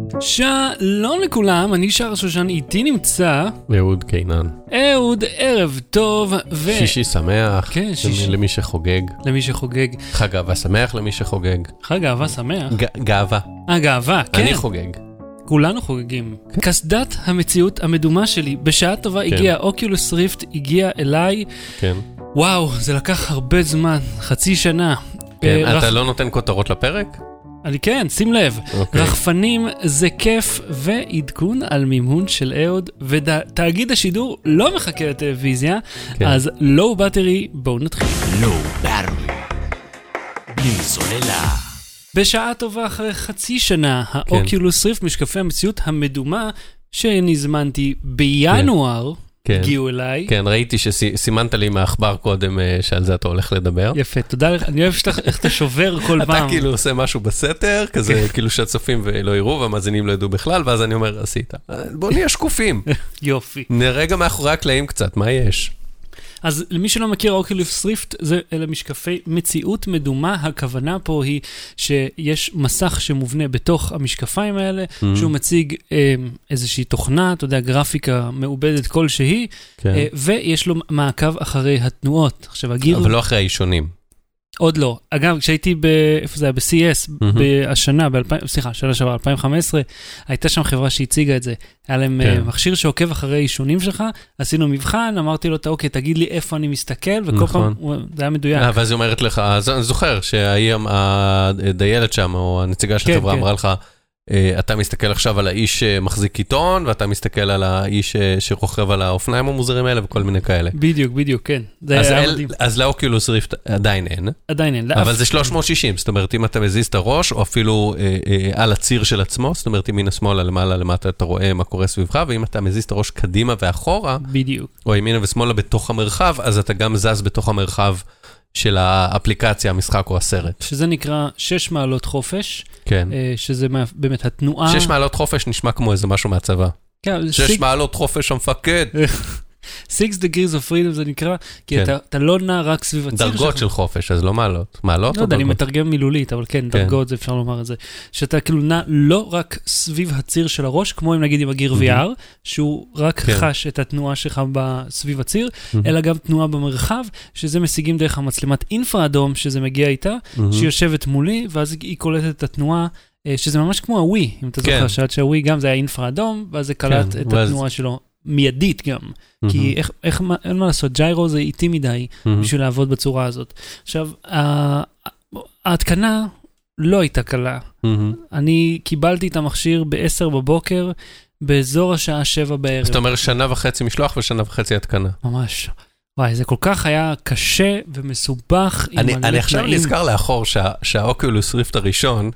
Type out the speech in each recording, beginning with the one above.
שלום לכולם, אני שר שושן, איתי נמצא אהוד קינן. אהוד, ערב טוב שישי שמח, כן, שישי. למי שחוגג. למי שחוגג. חג אהבה שמח למי שחוגג. חג אהבה שמח. גאווה. גאווה, כן. אני חוגג. כולנו חוגגים. קסדת המציאות המדומה שלי, בשעה טובה הגיעה, אוקולוס ריפט הגיע אליי. כן. וואו, זה לקח הרבה זמן, חצי שנה. כן, אתה לא נותן כותרות לפרק? אני כן, שים לב. רחפנים זה כיף, ועדכון על מימון של אהוד, ותאגיד השידור לא מחכה לטלוויזיה, אז לואו בטרי, בואו נתחיל. לואו בטרי, בלי סוללה. בשעה טובה אחרי חצי שנה, האוקולוס ריפט, משקפי המציאות המדומה, שנזמנתי בינואר, הגיעו אליי. כן, ראיתי שסימנת לי מהאחבר קודם שעל זה אתה הולך לדבר. יפה, תודה לך. אני אוהב איך אתה שובר כל פעם. אתה כאילו עושה משהו בסתר, כזה כאילו שהצופים לא יראו והמאזינים לא ידעו בכלל, ואז אני אומר, עשית. בוא נהיה שקופים. יופי. נראה גם מאחורי הקלעים קצת, מה יש? אז למי שלא מכיר, אוקולוס ריפט, אלה משקפי מציאות מדומה. הכוונה פה היא שיש מסך שמובנה בתוך המשקפיים האלה, שהוא מציג איזושהי תוכנה, אתה יודע, גרפיקה מעובדת כלשהי, ויש לו מעקב אחרי התנועות. עכשיו, אבל לא אחרי האישונים. עוד לא. אגב, כשהייתי איפה זה היה? ב-CS, השנה, שנה שעברה, 2015, הייתה שם חברה שהציגה את זה. היה להם מכשיר שעוקב אחרי אישונים שלך, עשינו מבחן, אמרתי לו, אוקיי, תגיד לי איפה אני מסתכל, וכל פעם, זה היה מדויק. ואז היא אומרת לך, אני זוכר שהדיילת שם, או הנציגה של החברה אמרה לך, אתה מסתכל עכשיו על האיש שמחזיק עיתון, ואתה מסתכל על האיש שרוכב על האופניים המוזרים האלה, וכל מיני כאלה. בדיוק, כן. אז לאוקולוס ריפט עדיין אין. עדיין אין. אבל זה 360, זאת אומרת, אם אתה מזיז את הראש, או אפילו על הציר של עצמו, זאת אומרת, ימינה שמאלה, למעלה, למטה, אתה רואה מה קורה סביבך, ואם אתה מזיז את הראש קדימה ואחורה, בדיוק. או ימינה ושמאלה בתוך המרחב, אז אתה גם זז בתוך המרחב של האפליקציה, המשחק או הסרט. שזה נקרא 6 מעלות חופש. כן. שזה באמת התנועה. 6 מעלות חופש נשמע כמו איזה משהו מהצבא. כן. 6 מעלות חופש המפקד. 6 degrees of freedom זה נקרא, כי אתה לא נע רק סביב הציר שלך. דרגות של חופש, אז לא מעלות. מעלות לא יודע, אני מתרגם מילולית, אבל כן, דרגות זה אפשר לומר את זה. שאתה כאילו נע לא רק סביב הציר של הראש, כמו אם נגיד עם הגיר VR, שהוא רק חש את התנועה שלך סביב הציר, אלא גם תנועה במרחב, שזה משיגים דרך המצלמת אינפרה אדום, שזה מגיע איתה, שיושבת מולי, ואז היא קולטת את התנועה, שזה ממש כמו הווי, אם אתה זוכר, שעד שהווי גם זה היה אינפרה אדום, ואז זה קלט את התנועה שלו. מיידית גם, כי אין מה לעשות, ג'יירו זה איטי מדי בשביל לעבוד בצורה הזאת. עכשיו, ההתקנה לא הייתה קלה. אני קיבלתי את המכשיר ב-10 בבוקר, באזור השעה 7 בערב. זאת אומרת, 1.5 משלוח ו1.5 התקנה. ממש. וואי, זה כל כך היה קשה ומסובך. אני עכשיו נזכר לאחור שהאוקולוס ריפט הראשון,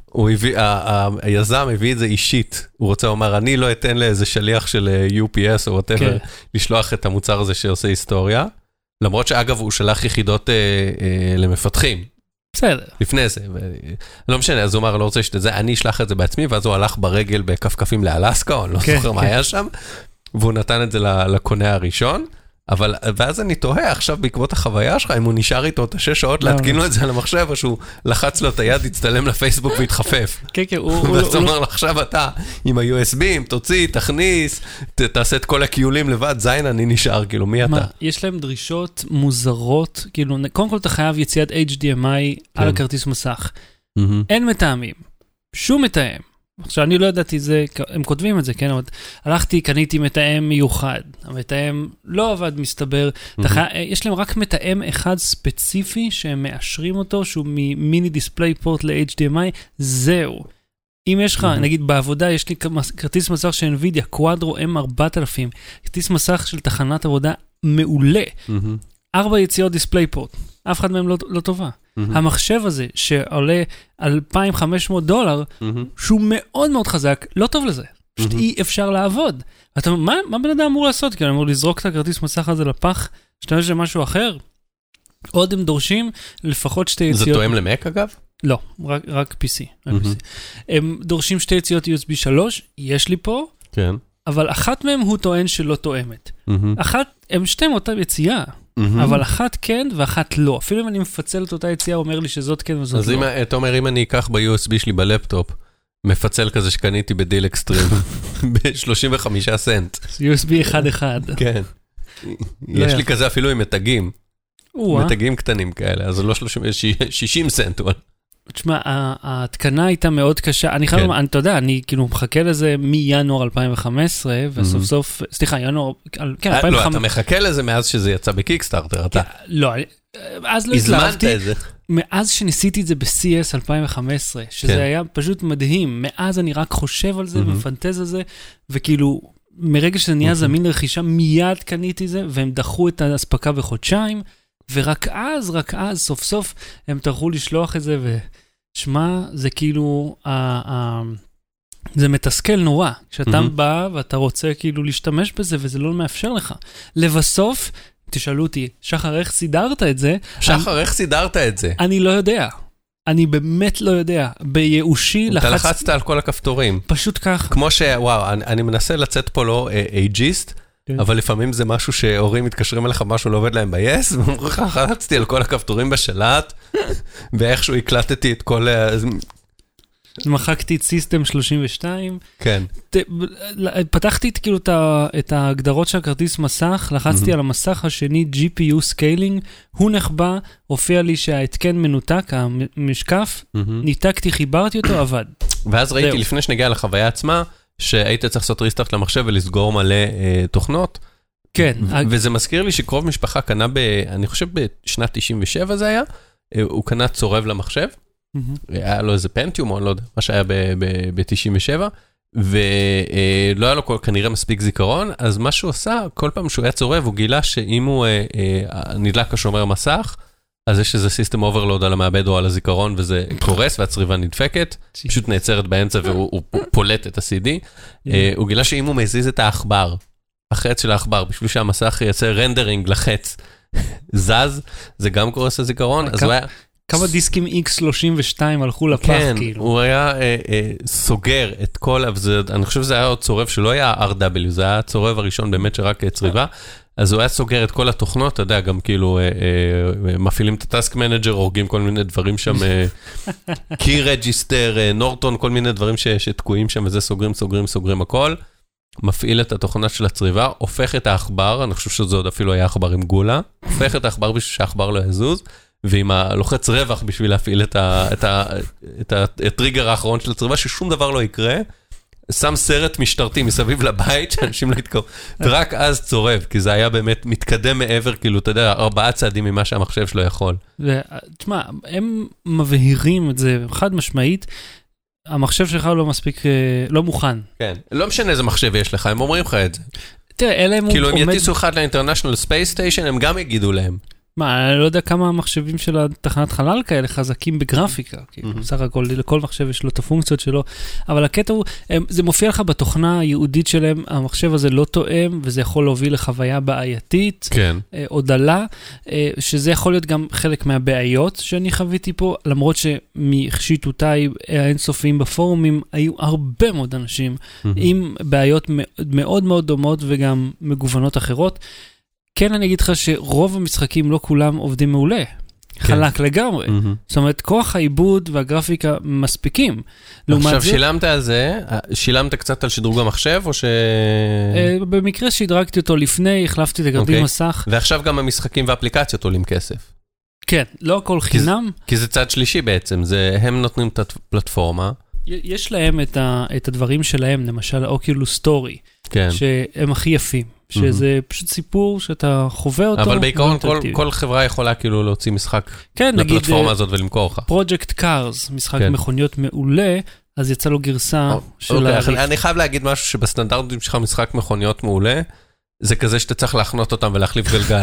היזם הביא את זה אישית. הוא רוצה לומר, אני לא אתן לאיזה שליח של UPS או whatever, לשלוח את המוצר הזה שעושה היסטוריה. למרות שאגב הוא שלח יחידות למפתחים. בסדר. לפני זה. לא משנה, אז הוא אמר, לא רוצה שאת זה, אני אשלח את זה בעצמי, ואז הוא הלך ברגל בכפכפים לאלסקה, או אני לא זוכר מה היה שם, והוא נתן את זה לקונה הראשון. אבל, ואז אני תוהה עכשיו בעקבות החוויה שלך, אם הוא נשאר איתו את 6 שעות להתקין לו את זה על המחשב, או שהוא לחץ לו את היד, יצטלם לפייסבוק והתחפף. כן, כן, ואז הוא אומר, עכשיו אתה עם ה-USB, תוציא, תכניס, תעשה את כל הקיולים לבד, זין, אני נשאר, כאילו, מי אתה? יש להם דרישות מוזרות, כאילו, קודם כל אתה חייב יציאת HDMI על הכרטיס מסך. אין מתאמים, שום מתאם. עכשיו, אני לא ידעתי זה, הם כותבים את זה, כן? אבל הלכתי, קניתי מתאם מיוחד. המתאם לא עבד, מסתבר. יש להם רק מתאם אחד ספציפי, שהם מאשרים אותו, שהוא ממיני דיספליי פורט ל-HDMI, זהו. אם יש לך, נגיד בעבודה, יש לי כרטיס מסך של NVIDIA, קוואדרו M4000, כרטיס מסך של תחנת עבודה מעולה. 4 יציאות דיספליי פורט. אף אחד מהם לא טובה. המחשב הזה שעולה $2,500, שהוא מאוד מאוד חזק, לא טוב לזה. פשוט אי אפשר לעבוד. אתה אומר, מה בן אדם אמור לעשות? כי אני אמור לזרוק את הכרטיס מסך הזה לפח, שתמש למשהו אחר. עוד הם דורשים לפחות 2 יציאות. זה תואם למק אגב? לא, רק PC. הם דורשים 2 יציאות USB 3, יש לי פה. כן. אבל אחת מהם הוא טוען שלא תואמת. הם שתיהם אותה יציאה. אבל אחת כן ואחת לא. אפילו אם אני מפצל את אותה יציאה, הוא אומר לי שזאת כן וזאת לא. אז אתה אומר, אם אני אקח ב-USB שלי בלפטופ, מפצל כזה שקניתי בדיל אקסטרים, ב-35 סנט. USB 1.1. כן. יש לי כזה אפילו עם מתגים. מתגים קטנים כאלה, אז לא 60 סנט. תשמע, ההתקנה הייתה מאוד קשה. אני חייב לומר, אתה יודע, אני כאילו מחכה לזה מינואר 2015, וסוף סוף, סליחה, ינואר, כן, 2015. לא, אתה מחכה לזה מאז שזה יצא בקיקסטארטר, אתה. לא, אז לא התלהבתי. מאז שניסיתי את זה ב-CS 2015, שזה היה פשוט מדהים, מאז אני רק חושב על זה, מפנטז על זה, וכאילו, מרגע שזה נהיה זמין לרכישה, מיד קניתי זה, והם דחו את ההספקה בחודשיים, ורק אז, סוף סוף, הם טרחו לשלוח את זה, ושמע, זה כאילו, זה מתסכל נורא, כשאתה בא ואתה רוצה כאילו להשתמש בזה, וזה לא מאפשר לך. לבסוף, תשאלו אותי, שחר, איך סידרת את זה? שחר, איך סידרת את זה? אני לא יודע. אני באמת לא יודע. בייאושי אתה לחצת על כל הכפתורים. פשוט כך. כמו שוואו, אני מנסה לצאת פה לא אייג'יסט, אבל לפעמים זה משהו שהורים מתקשרים אליך, משהו לא עובד להם ב-yes, ואומרים לך, חלצתי על כל הכפתורים בשלט, ואיכשהו הקלטתי את כל... מחקתי את סיסטם 32. כן. פתחתי כאילו את ההגדרות של הכרטיס מסך, לחצתי על המסך השני, GPU Scaling, הוא נחבא, הופיע לי שההתקן מנותק, המשקף, ניתקתי, חיברתי אותו, עבד. ואז ראיתי לפני שנגיע לחוויה עצמה, שהיית צריך לעשות ריסטארט למחשב ולסגור מלא תוכנות. כן. וזה מזכיר לי שקרוב משפחה קנה אני חושב בשנת 97 זה היה, הוא קנה צורב למחשב, היה לו איזה פנטיום, או לא יודע, מה שהיה ב-97, ולא היה לו כנראה מספיק זיכרון, אז מה שהוא עשה, כל פעם שהוא היה צורב, הוא גילה שאם הוא נדלק השומר מסך, אז יש איזה סיסטם אוברלוד על המעבד או על הזיכרון, וזה קורס והצריבה נדפקת, פשוט נעצרת באמצע והוא פולט את ה-CD. הוא גילה שאם הוא מזיז את העכבר, החץ של העכבר, בשביל שהמסך ייצר רנדרינג לחץ, זז, זה גם קורס הזיכרון, אז הוא היה... כמה דיסקים X32 הלכו לפח, כן, כאילו. הוא היה סוגר את כל, אני חושב שזה היה עוד צורב שלא היה RW, זה היה הצורב הראשון באמת שרק צריבה, אז הוא היה סוגר את כל התוכנות, אתה יודע, גם כאילו מפעילים את הטאסק מנג'ר, הורגים כל מיני דברים שם, קי רג'יסטר, נורטון, כל מיני דברים שתקועים שם, וזה סוגרים הכל, מפעיל את התוכנה של הצריבה, הופך את העכבר, אני חושב שזה עוד אפילו היה עכבר עם גולה, הופך את העכבר בשביל שהעכבר לא יזוז, ועם הלוחץ רווח בשביל להפעיל את הטריגר האחרון של הצריבה, ששום דבר לא יקרה, שם סרט משטרתי מסביב לבית, שאנשים לא יתקעו, ורק אז צורב, כי זה היה באמת מתקדם מעבר, כאילו, אתה יודע, 4 צעדים ממה שהמחשב שלו יכול. תשמע, הם מבהירים את זה חד משמעית, המחשב שלך לא מספיק, לא מוכן. כן, לא משנה איזה מחשב יש לך, הם אומרים לך את זה. תראה, אלה הם... כאילו, הם יטיסו אחד לאינטרנשיונל ספייס סטיישן, הם גם יגידו להם. מה, אני לא יודע כמה המחשבים של התחנת חלל כאלה חזקים בגרפיקה, כאילו, בסך הכל, לכל מחשב יש לו את הפונקציות שלו, אבל הקטע הוא, זה מופיע לך בתוכנה הייעודית שלהם, המחשב הזה לא תואם, וזה יכול להוביל לחוויה בעייתית, כן. או דלה, שזה יכול להיות גם חלק מהבעיות שאני חוויתי פה, למרות שמחשיטותיי האינסופיים בפורומים, היו הרבה מאוד אנשים, עם בעיות מאוד מאוד דומות, וגם מגוונות אחרות, כן, אני אגיד לך שרוב המשחקים לא כולם עובדים מעולה. חלק לגמרי. זאת אומרת, כוח העיבוד והגרפיקה מספיקים. עכשיו, שילמת על זה, שילמת קצת על שדרוג המחשב, או ש... במקרה שהדרגתי אותו לפני, החלפתי את הכרטיס מסך. ועכשיו גם המשחקים והאפליקציות עולים כסף. כן, לא הכל חינם. כי זה צד שלישי בעצם, הם נותנים את הפלטפורמה. יש להם את הדברים שלהם, למשל, אוקולוס סטורי, שהם הכי יפים. שזה פשוט סיפור שאתה חווה אותו. אבל בעיקרון כל חברה יכולה כאילו להוציא משחק לפלטפורמה הזאת ולמכור לך. פרויקט קארס, משחק מכוניות מעולה, אז יצא לו גרסה של הריף. אני חייב להגיד משהו שבסטנדרטים שלך משחק מכוניות מעולה, זה כזה שאתה צריך להכנות אותם ולהחליף גלגל.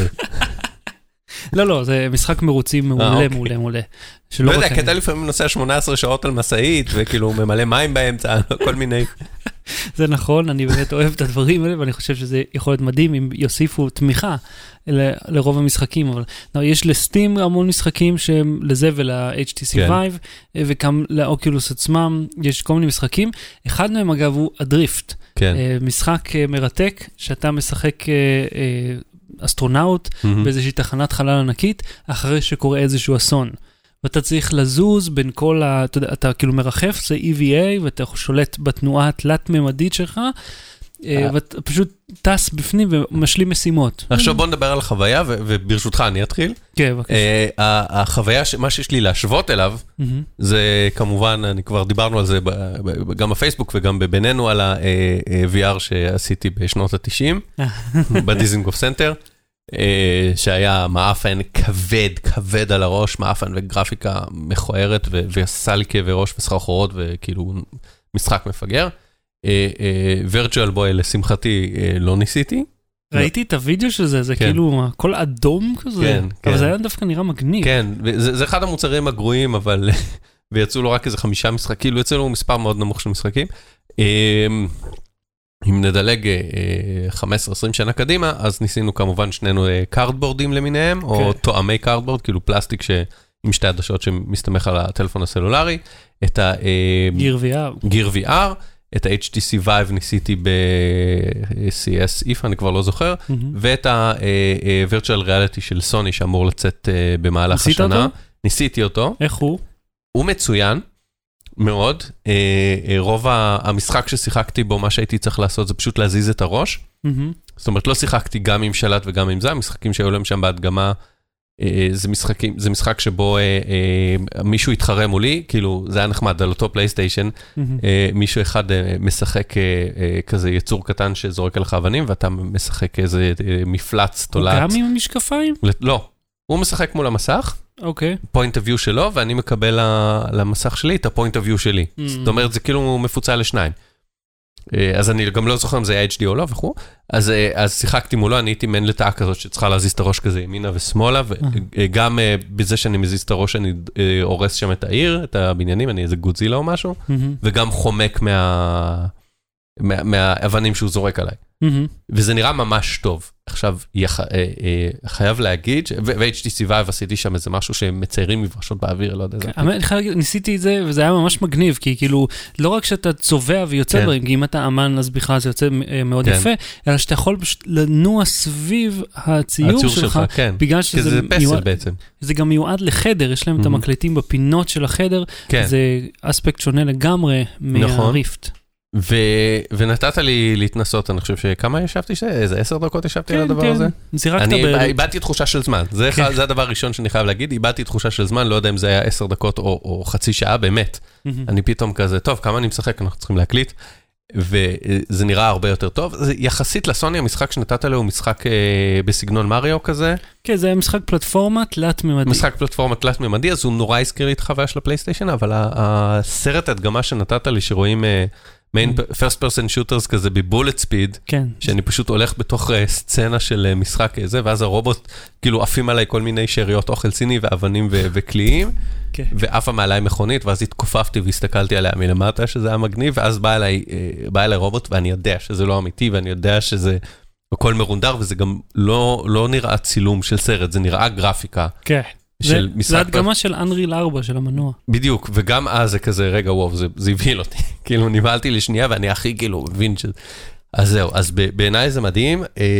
לא, זה משחק מרוצים מעולה, מעולה, מעולה. לא יודע, קטע לפעמים נוסע 18 שעות על מסעית, וכאילו ממלא מים באמצע, כל מיני... זה נכון, אני באמת אוהב את הדברים האלה, ואני חושב שזה יכול להיות מדהים אם יוסיפו תמיכה לרוב המשחקים, אבל יש לסטים המון משחקים שהם לזה ול-HTC Vive, וגם לאוקולוס עצמם, יש כל מיני משחקים. אחד מהם אגב הוא הדריפט, משחק מרתק, שאתה משחק אסטרונאוט באיזושהי תחנת חלל ענקית, אחרי שקורה איזשהו אסון. ואתה צריך לזוז בין כל אתה כאילו מרחף, זה EVA, ואתה שולט בתנועה התלת-ממדית שלך, ואתה פשוט טס בפנים ומשלים משימות. עכשיו בוא נדבר על החוויה, וברשותך אני אתחיל. כן, בבקשה. החוויה, מה שיש לי להשוות אליו, זה כמובן, אני כבר דיברנו על זה גם בפייסבוק וגם בינינו על ה-VR שעשיתי בשנות ה-90, בדיזינגוף סנטר, שהיה מאפן כבד על הראש, מאפן וגרפיקה מכוערת, ועשה לי כאבי ראש וסחרחורות, וכאילו משחק מפגר. וירטואל בוי, לשמחתי, לא ניסיתי. ראיתי את הוידאו של זה, זה כאילו הכל אדום כזה, אבל זה היה דווקא נראה מגניב. כן, זה אחד המוצרים הגרועים, אבל, ויצאו לו רק איזה 5 משחקים, כאילו יצאו לו מספר מאוד נמוך של משחקים. אם נדלג 15-20 שנה קדימה, אז ניסינו כמובן שנינו קארדבורדים למיניהם, או תואמי קארדבורד, כאילו פלסטיק עם שתי עדשות שמסתמך על הטלפון הסלולרי, את גיר VR, את ה-HTC Vive ניסיתי ב-CS IFA, אני כבר לא זוכר, ואת ה-Virtual Reality של סוני שאמור לצאת במהלך השנה. ניסיתי אותו. איך הוא? הוא מצוין מאוד. רוב המשחק ששיחקתי בו, מה שהייתי צריך לעשות זה פשוט להזיז את הראש. זאת אומרת, לא שיחקתי גם עם שלט וגם עם זה, המשחקים שהיו להם שם בהדגמה, זה משחק שבו מישהו התחרה מולי, כאילו זה היה נחמד, על אותו פלייסטיישן, מישהו אחד משחק כזה יצור קטן שזורק עליך אבנים, ואתה משחק איזה מפלץ תולעת. הוא גם עם המשקפיים? לא, הוא משחק מול המסך, אוקיי. פוינט הוויו שלו, ואני מקבל למסך שלי את הפוינט הוויו שלי. זאת אומרת, זה כאילו מפוצל לשניים. אז אני גם לא זוכר אם זה היה HD או לא וכו', אז שיחקתי מולו, אני הייתי מעין לטעה כזאת שצריכה להזיז את הראש כזה ימינה ושמאלה, וגם בזה שאני מזיז את הראש, אני הורס שם את העיר, את הבניינים, אני איזה גודזילה או משהו, וגם חומק מהאבנים שהוא זורק עליי. וזה נראה ממש טוב. עכשיו, חייב להגיד, ו-HTC Vive עשיתי שם איזה משהו שהם מציירים מברשות באוויר, לא יודע. אני חייב להגיד, ניסיתי את זה, וזה היה ממש מגניב, כי כאילו, לא רק שאתה צובע ויוצא דברים, כי אם אתה אמן, אז בכלל זה יוצא מאוד יפה, אלא שאתה יכול פשוט לנוע סביב הציור שלך, בגלל שזה פסל בעצם. זה גם מיועד לחדר, יש להם את המקלטים בפינות של החדר, זה אספקט שונה לגמרי מהריפט. ונתת לי להתנסות, אני חושב שכמה ישבתי, איזה 10 דקות ישבתי על הדבר הזה? אני איבדתי תחושה של זמן, זה הדבר הראשון שאני חייב להגיד, איבדתי תחושה של זמן, לא יודע אם זה היה 10 דקות או חצי שעה, באמת. אני פתאום כזה, טוב, כמה אני משחק, אנחנו צריכים להקליט, וזה נראה הרבה יותר טוב. יחסית לסוני, המשחק שנתת לו הוא משחק בסגנון מריו כזה. כן, זה משחק פלטפורמה תלת-ממדי. משחק פלטפורמה תלת-ממדי, אז הוא נורא הזכיר לי את החוויה של הפלייסטיישן, אבל הסרט הדגמה שנתת לי, שרואים first person shooters כזה בבולט ספיד, שאני פשוט הולך בתוך סצנה של משחק איזה, ואז הרובוט כאילו עפים עליי כל מיני שאריות אוכל סיני ואבנים וכליים, ועפה מעליי מכונית, ואז התכופפתי והסתכלתי עליה מלמטה, שזה היה מגניב, ואז בא אליי רובוט, ואני יודע שזה לא אמיתי, ואני יודע שזה הכל מרונדר, וזה גם לא נראה צילום של סרט, זה נראה גרפיקה. כן. זה הדגמה של Unreal 4 של המנוע. בדיוק, וגם אז זה כזה, רגע, וואו, זה הבהיל אותי. כאילו, נבהלתי לשנייה, ואני הכי כאילו מבין שזה... אז זהו, אז בעיניי זה מדהים.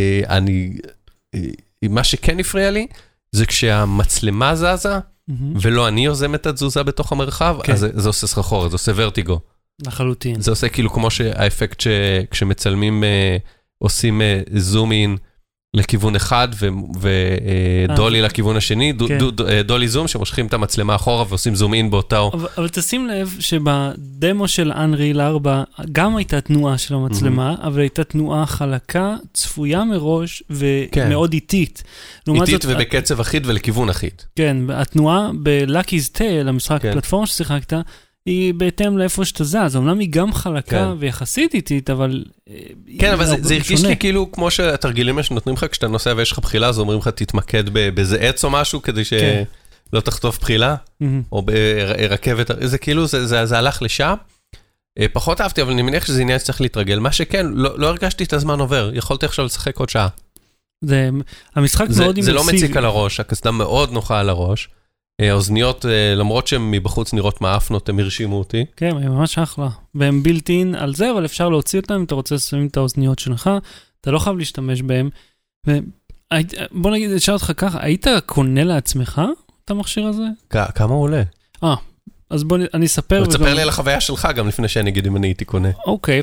מה שכן הפריע לי, זה כשהמצלמה זזה, ולא אני יוזם את התזוזה בתוך המרחב, אז זה עושה סחרחורת, זה עושה ורטיגו. לחלוטין. זה עושה כאילו כמו שהאפקט כשמצלמים, עושים זום אין, לכיוון אחד, ודולי לכיוון השני, דולי זום, שמושכים את המצלמה אחורה, ועושים זום אין באותו. אבל תשים לב שבדמו של Unreal 4, גם הייתה תנועה של המצלמה, אבל הייתה תנועה חלקה, צפויה מראש, ומאוד איטית. איטית ובקצב אחיד ולכיוון אחיד. כן, התנועה ב-Lucky's Tale, המשחק פלטפורמה ששיחקת, היא בהתאם לאיפה שאתה זז, אמנם היא גם חלקה ויחסית איטית, אבל... כן, אבל זה הרגיש לי כאילו כמו שהתרגילים שנותנים לך, כשאתה נוסע ויש לך בחילה, אז אומרים לך תתמקד באיזה עץ או משהו, כדי שלא תחטוף בחילה, או ברכבת, זה כאילו, זה הלך לשם. פחות אהבתי, אבל אני מניח שזה עניין שצריך להתרגל. מה שכן, לא הרגשתי את הזמן עובר, יכולתי עכשיו לשחק עוד שעה. המשחק מאוד אימרסיבי. זה לא מציק על הראש, הקסדה מאוד נוחה על הראש. האוזניות, למרות שהן מבחוץ נראות מאפנות, הם הרשימו אותי. כן, הם ממש אחלה. והם בילט-אין על זה, אבל אפשר להוציא אותם, אם אתה רוצה לשים את האוזניות שלך, אתה לא חייב להשתמש בהם. בוא נגיד, אשאל אותך ככה, היית קונה לעצמך? את המכשיר הזה? כמה הוא עולה? אז בוא, אני אספר. תספר לי על החוויה שלך גם לפני שאני אגיד אם אני הייתי קונה. אוקיי.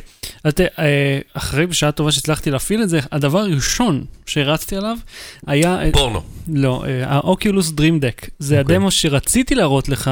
אחרי בשעה טובה שהצלחתי להפעיל את זה, הדבר הראשון שהרצתי עליו היה... פורנו. לא, האוקולוס דרים דק. זה הדמו שרציתי להראות לך,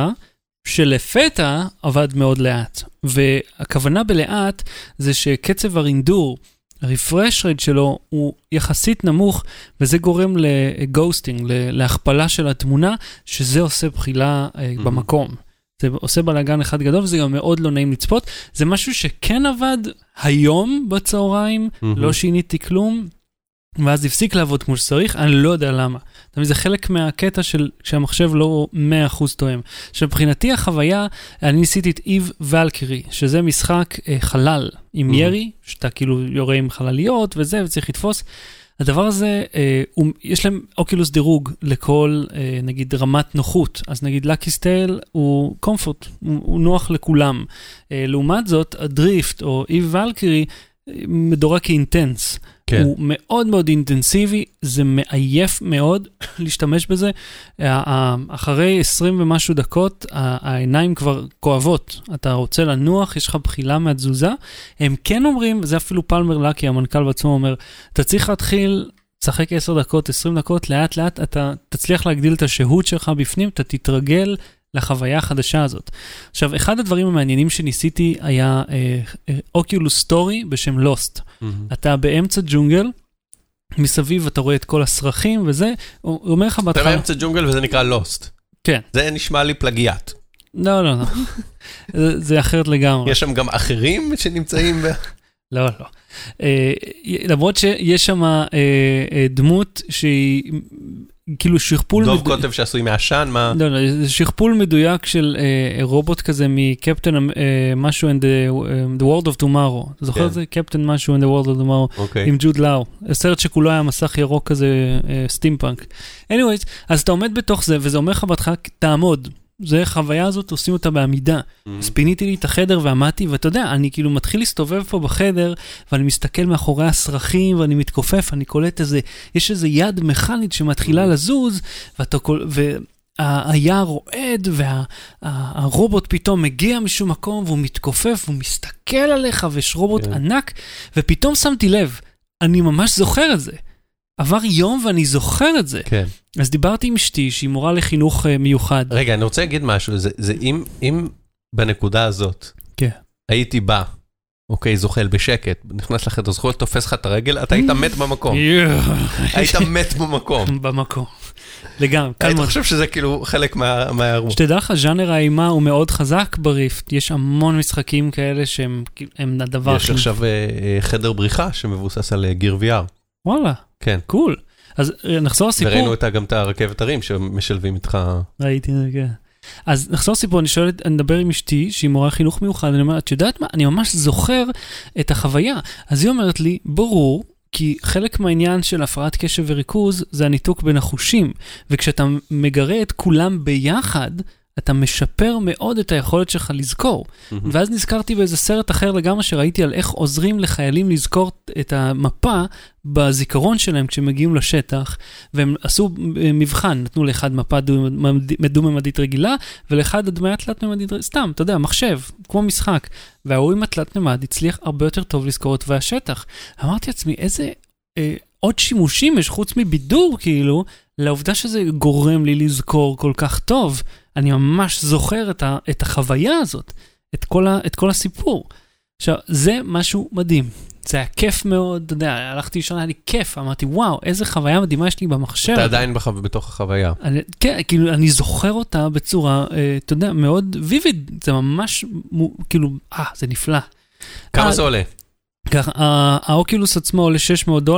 שלפתע עבד מאוד לאט. והכוונה בלאט זה שקצב הרינדור, הרפרש רייט שלו הוא יחסית נמוך, וזה גורם לגוסטינג, להכפלה של התמונה, שזה עושה בחילה במקום. זה עושה בלגן אחד גדול, וזה גם מאוד לא נעים לצפות. זה משהו שכן עבד היום בצהריים, לא שיניתי כלום, ואז הפסיק לעבוד כמו שצריך, אני לא יודע למה. זה חלק מהקטע שהמחשב לא 100% תואם. שבבחינתי החוויה, אני ניסיתי את איב ולקירי, שזה משחק חלל עם ירי, שאתה כאילו יורה עם חלליות וזה, וצריך לתפוס. הדבר הזה, יש להם אוקילוס דירוג לכל, נגיד, רמת נוחות. אז נגיד, לקי סטייל הוא קומפורט, הוא נוח לכולם. לעומת זאת, הדריפט או איב ולקירי, מדורג כאינטנס. כן. הוא מאוד מאוד אינטנסיבי, זה מעייף מאוד להשתמש בזה. אחרי 20 ומשהו דקות, העיניים כבר כואבות. אתה רוצה לנוח, יש לך בחילה מהתזוזה. הם כן אומרים, זה אפילו פלמר לקי, המנכ"ל בעצמו אומר, אתה צריך להתחיל, צחק 10 דקות, 20 דקות, לאט לאט, אתה תצליח להגדיל את השהות שלך בפנים, אתה תתרגל לחוויה החדשה הזאת. עכשיו, אחד הדברים המעניינים שניסיתי היה אוקולוס סטורי בשם לוסט. אתה באמצע ג'ונגל, מסביב אתה רואה את כל הסרחים וזה, הוא אומר לך בהתחלה... אתה באמצע ג'ונגל וזה נקרא לוסט. כן. זה נשמע לי פלגיאט. לא, לא, לא. זה אחרת לגמרי. יש שם גם אחרים שנמצאים ב... לא, לא. למרות שיש שם דמות שהיא... כאילו שכפול... דוב כותב שעשוי מהשן, מה... לא, לא, זה שכפול מדויק של רובוט כזה מקפטן משהו in the world of tomorrow. אתה זוכר את זה? קפטן משהו in the world of tomorrow, עם ג'וד לאו. סרט שכולו היה מסך ירוק כזה, סטימפאנק. anyways, אז אתה עומד בתוך זה, וזה אומר לך בהתחלה, תעמוד. זה חוויה הזאת, עושים אותה בעמידה. אז פיניתי לי את החדר ועמדתי, ואתה יודע, אני כאילו מתחיל להסתובב פה בחדר, ואני מסתכל מאחורי הסרחים, ואני מתכופף, אני קולט איזה, יש איזה יד מכנית שמתחילה לזוז, והיער רועד, והרובוט פתאום מגיע משום מקום, והוא מתכופף, והוא מסתכל עליך, ויש רובוט ענק, ופתאום שמתי לב, אני ממש זוכר את זה. עבר יום ואני זוכר את זה. כן. אז דיברתי עם אשתי, שהיא מורה לחינוך מיוחד. רגע, אני רוצה להגיד משהו, זה אם בנקודה הזאת, כן. הייתי בא, אוקיי, זוחל בשקט, נכנס לחדר, זוחל, תופס לך את הרגל, אתה היית מת במקום. היית מת במקום. במקום. לגמרי. אני חושב שזה כאילו חלק מהאירוע. שתדע לך, ז'אנר האימה הוא מאוד חזק בריפט, יש המון משחקים כאלה שהם הדבר... יש עכשיו חדר בריחה שמבוסס על גיר VR. וואלה. כן. קול. אז נחזור לסיפור. וראינו גם את הרכבת הרים שמשלבים איתך. ראיתי, כן. אז נחזור לסיפור, אני מדבר עם אשתי, שהיא מורה חינוך מיוחד, אני אומר, את יודעת מה? אני ממש זוכר את החוויה. אז היא אומרת לי, ברור, כי חלק מהעניין של הפרעת קשב וריכוז, זה הניתוק בין החושים. וכשאתה מגרה את כולם ביחד, אתה משפר מאוד את היכולת שלך לזכור. ואז נזכרתי באיזה סרט אחר לגמרי שראיתי על איך עוזרים לחיילים לזכור את המפה בזיכרון שלהם כשהם מגיעים לשטח, והם עשו מבחן, נתנו לאחד מפה דו-ממדית רגילה, ולאחד הדמיה תלת-ממדית, סתם, אתה יודע, מחשב, כמו משחק. וההורים התלת-ממד הצליח הרבה יותר טוב לזכור את השטח. אמרתי לעצמי, איזה עוד שימושים יש חוץ מבידור, כאילו, לעובדה שזה גורם לי לזכור כל כך טוב. אני ממש זוכר את החוויה הזאת, את כל הסיפור. עכשיו, זה משהו מדהים. זה היה כיף מאוד, אתה יודע, הלכתי לישון, היה לי כיף, אמרתי, וואו, איזה חוויה מדהימה יש לי במחשב. אתה עדיין בתוך החוויה. כן, כאילו, אני זוכר אותה בצורה, אתה יודע, מאוד ויביד, זה ממש, כאילו, זה נפלא. כמה זה עולה? ככה, האוקילוס עצמו עולה $600,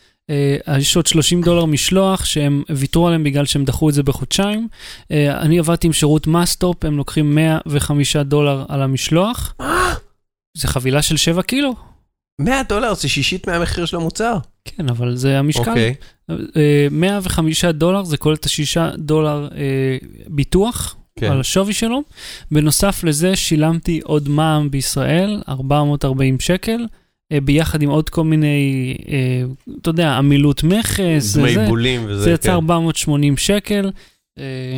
יש עוד $30 משלוח שהם ויתרו עליהם בגלל שהם דחו את זה בחודשיים. אני עבדתי עם שירות מאסטופ, הם לוקחים $105 על המשלוח. זה חבילה של 7 קילו. $100 זה שישית מהמחיר של המוצר. כן, אבל זה המשקל. $105 זה כולל את $6 ביטוח על השווי שלו. בנוסף לזה שילמתי עוד מע"מ בישראל, 440 שקל. ביחד עם עוד כל מיני, אתה יודע, עמילות מכס. דמי בולים וזה. זה יצא 480 שקל.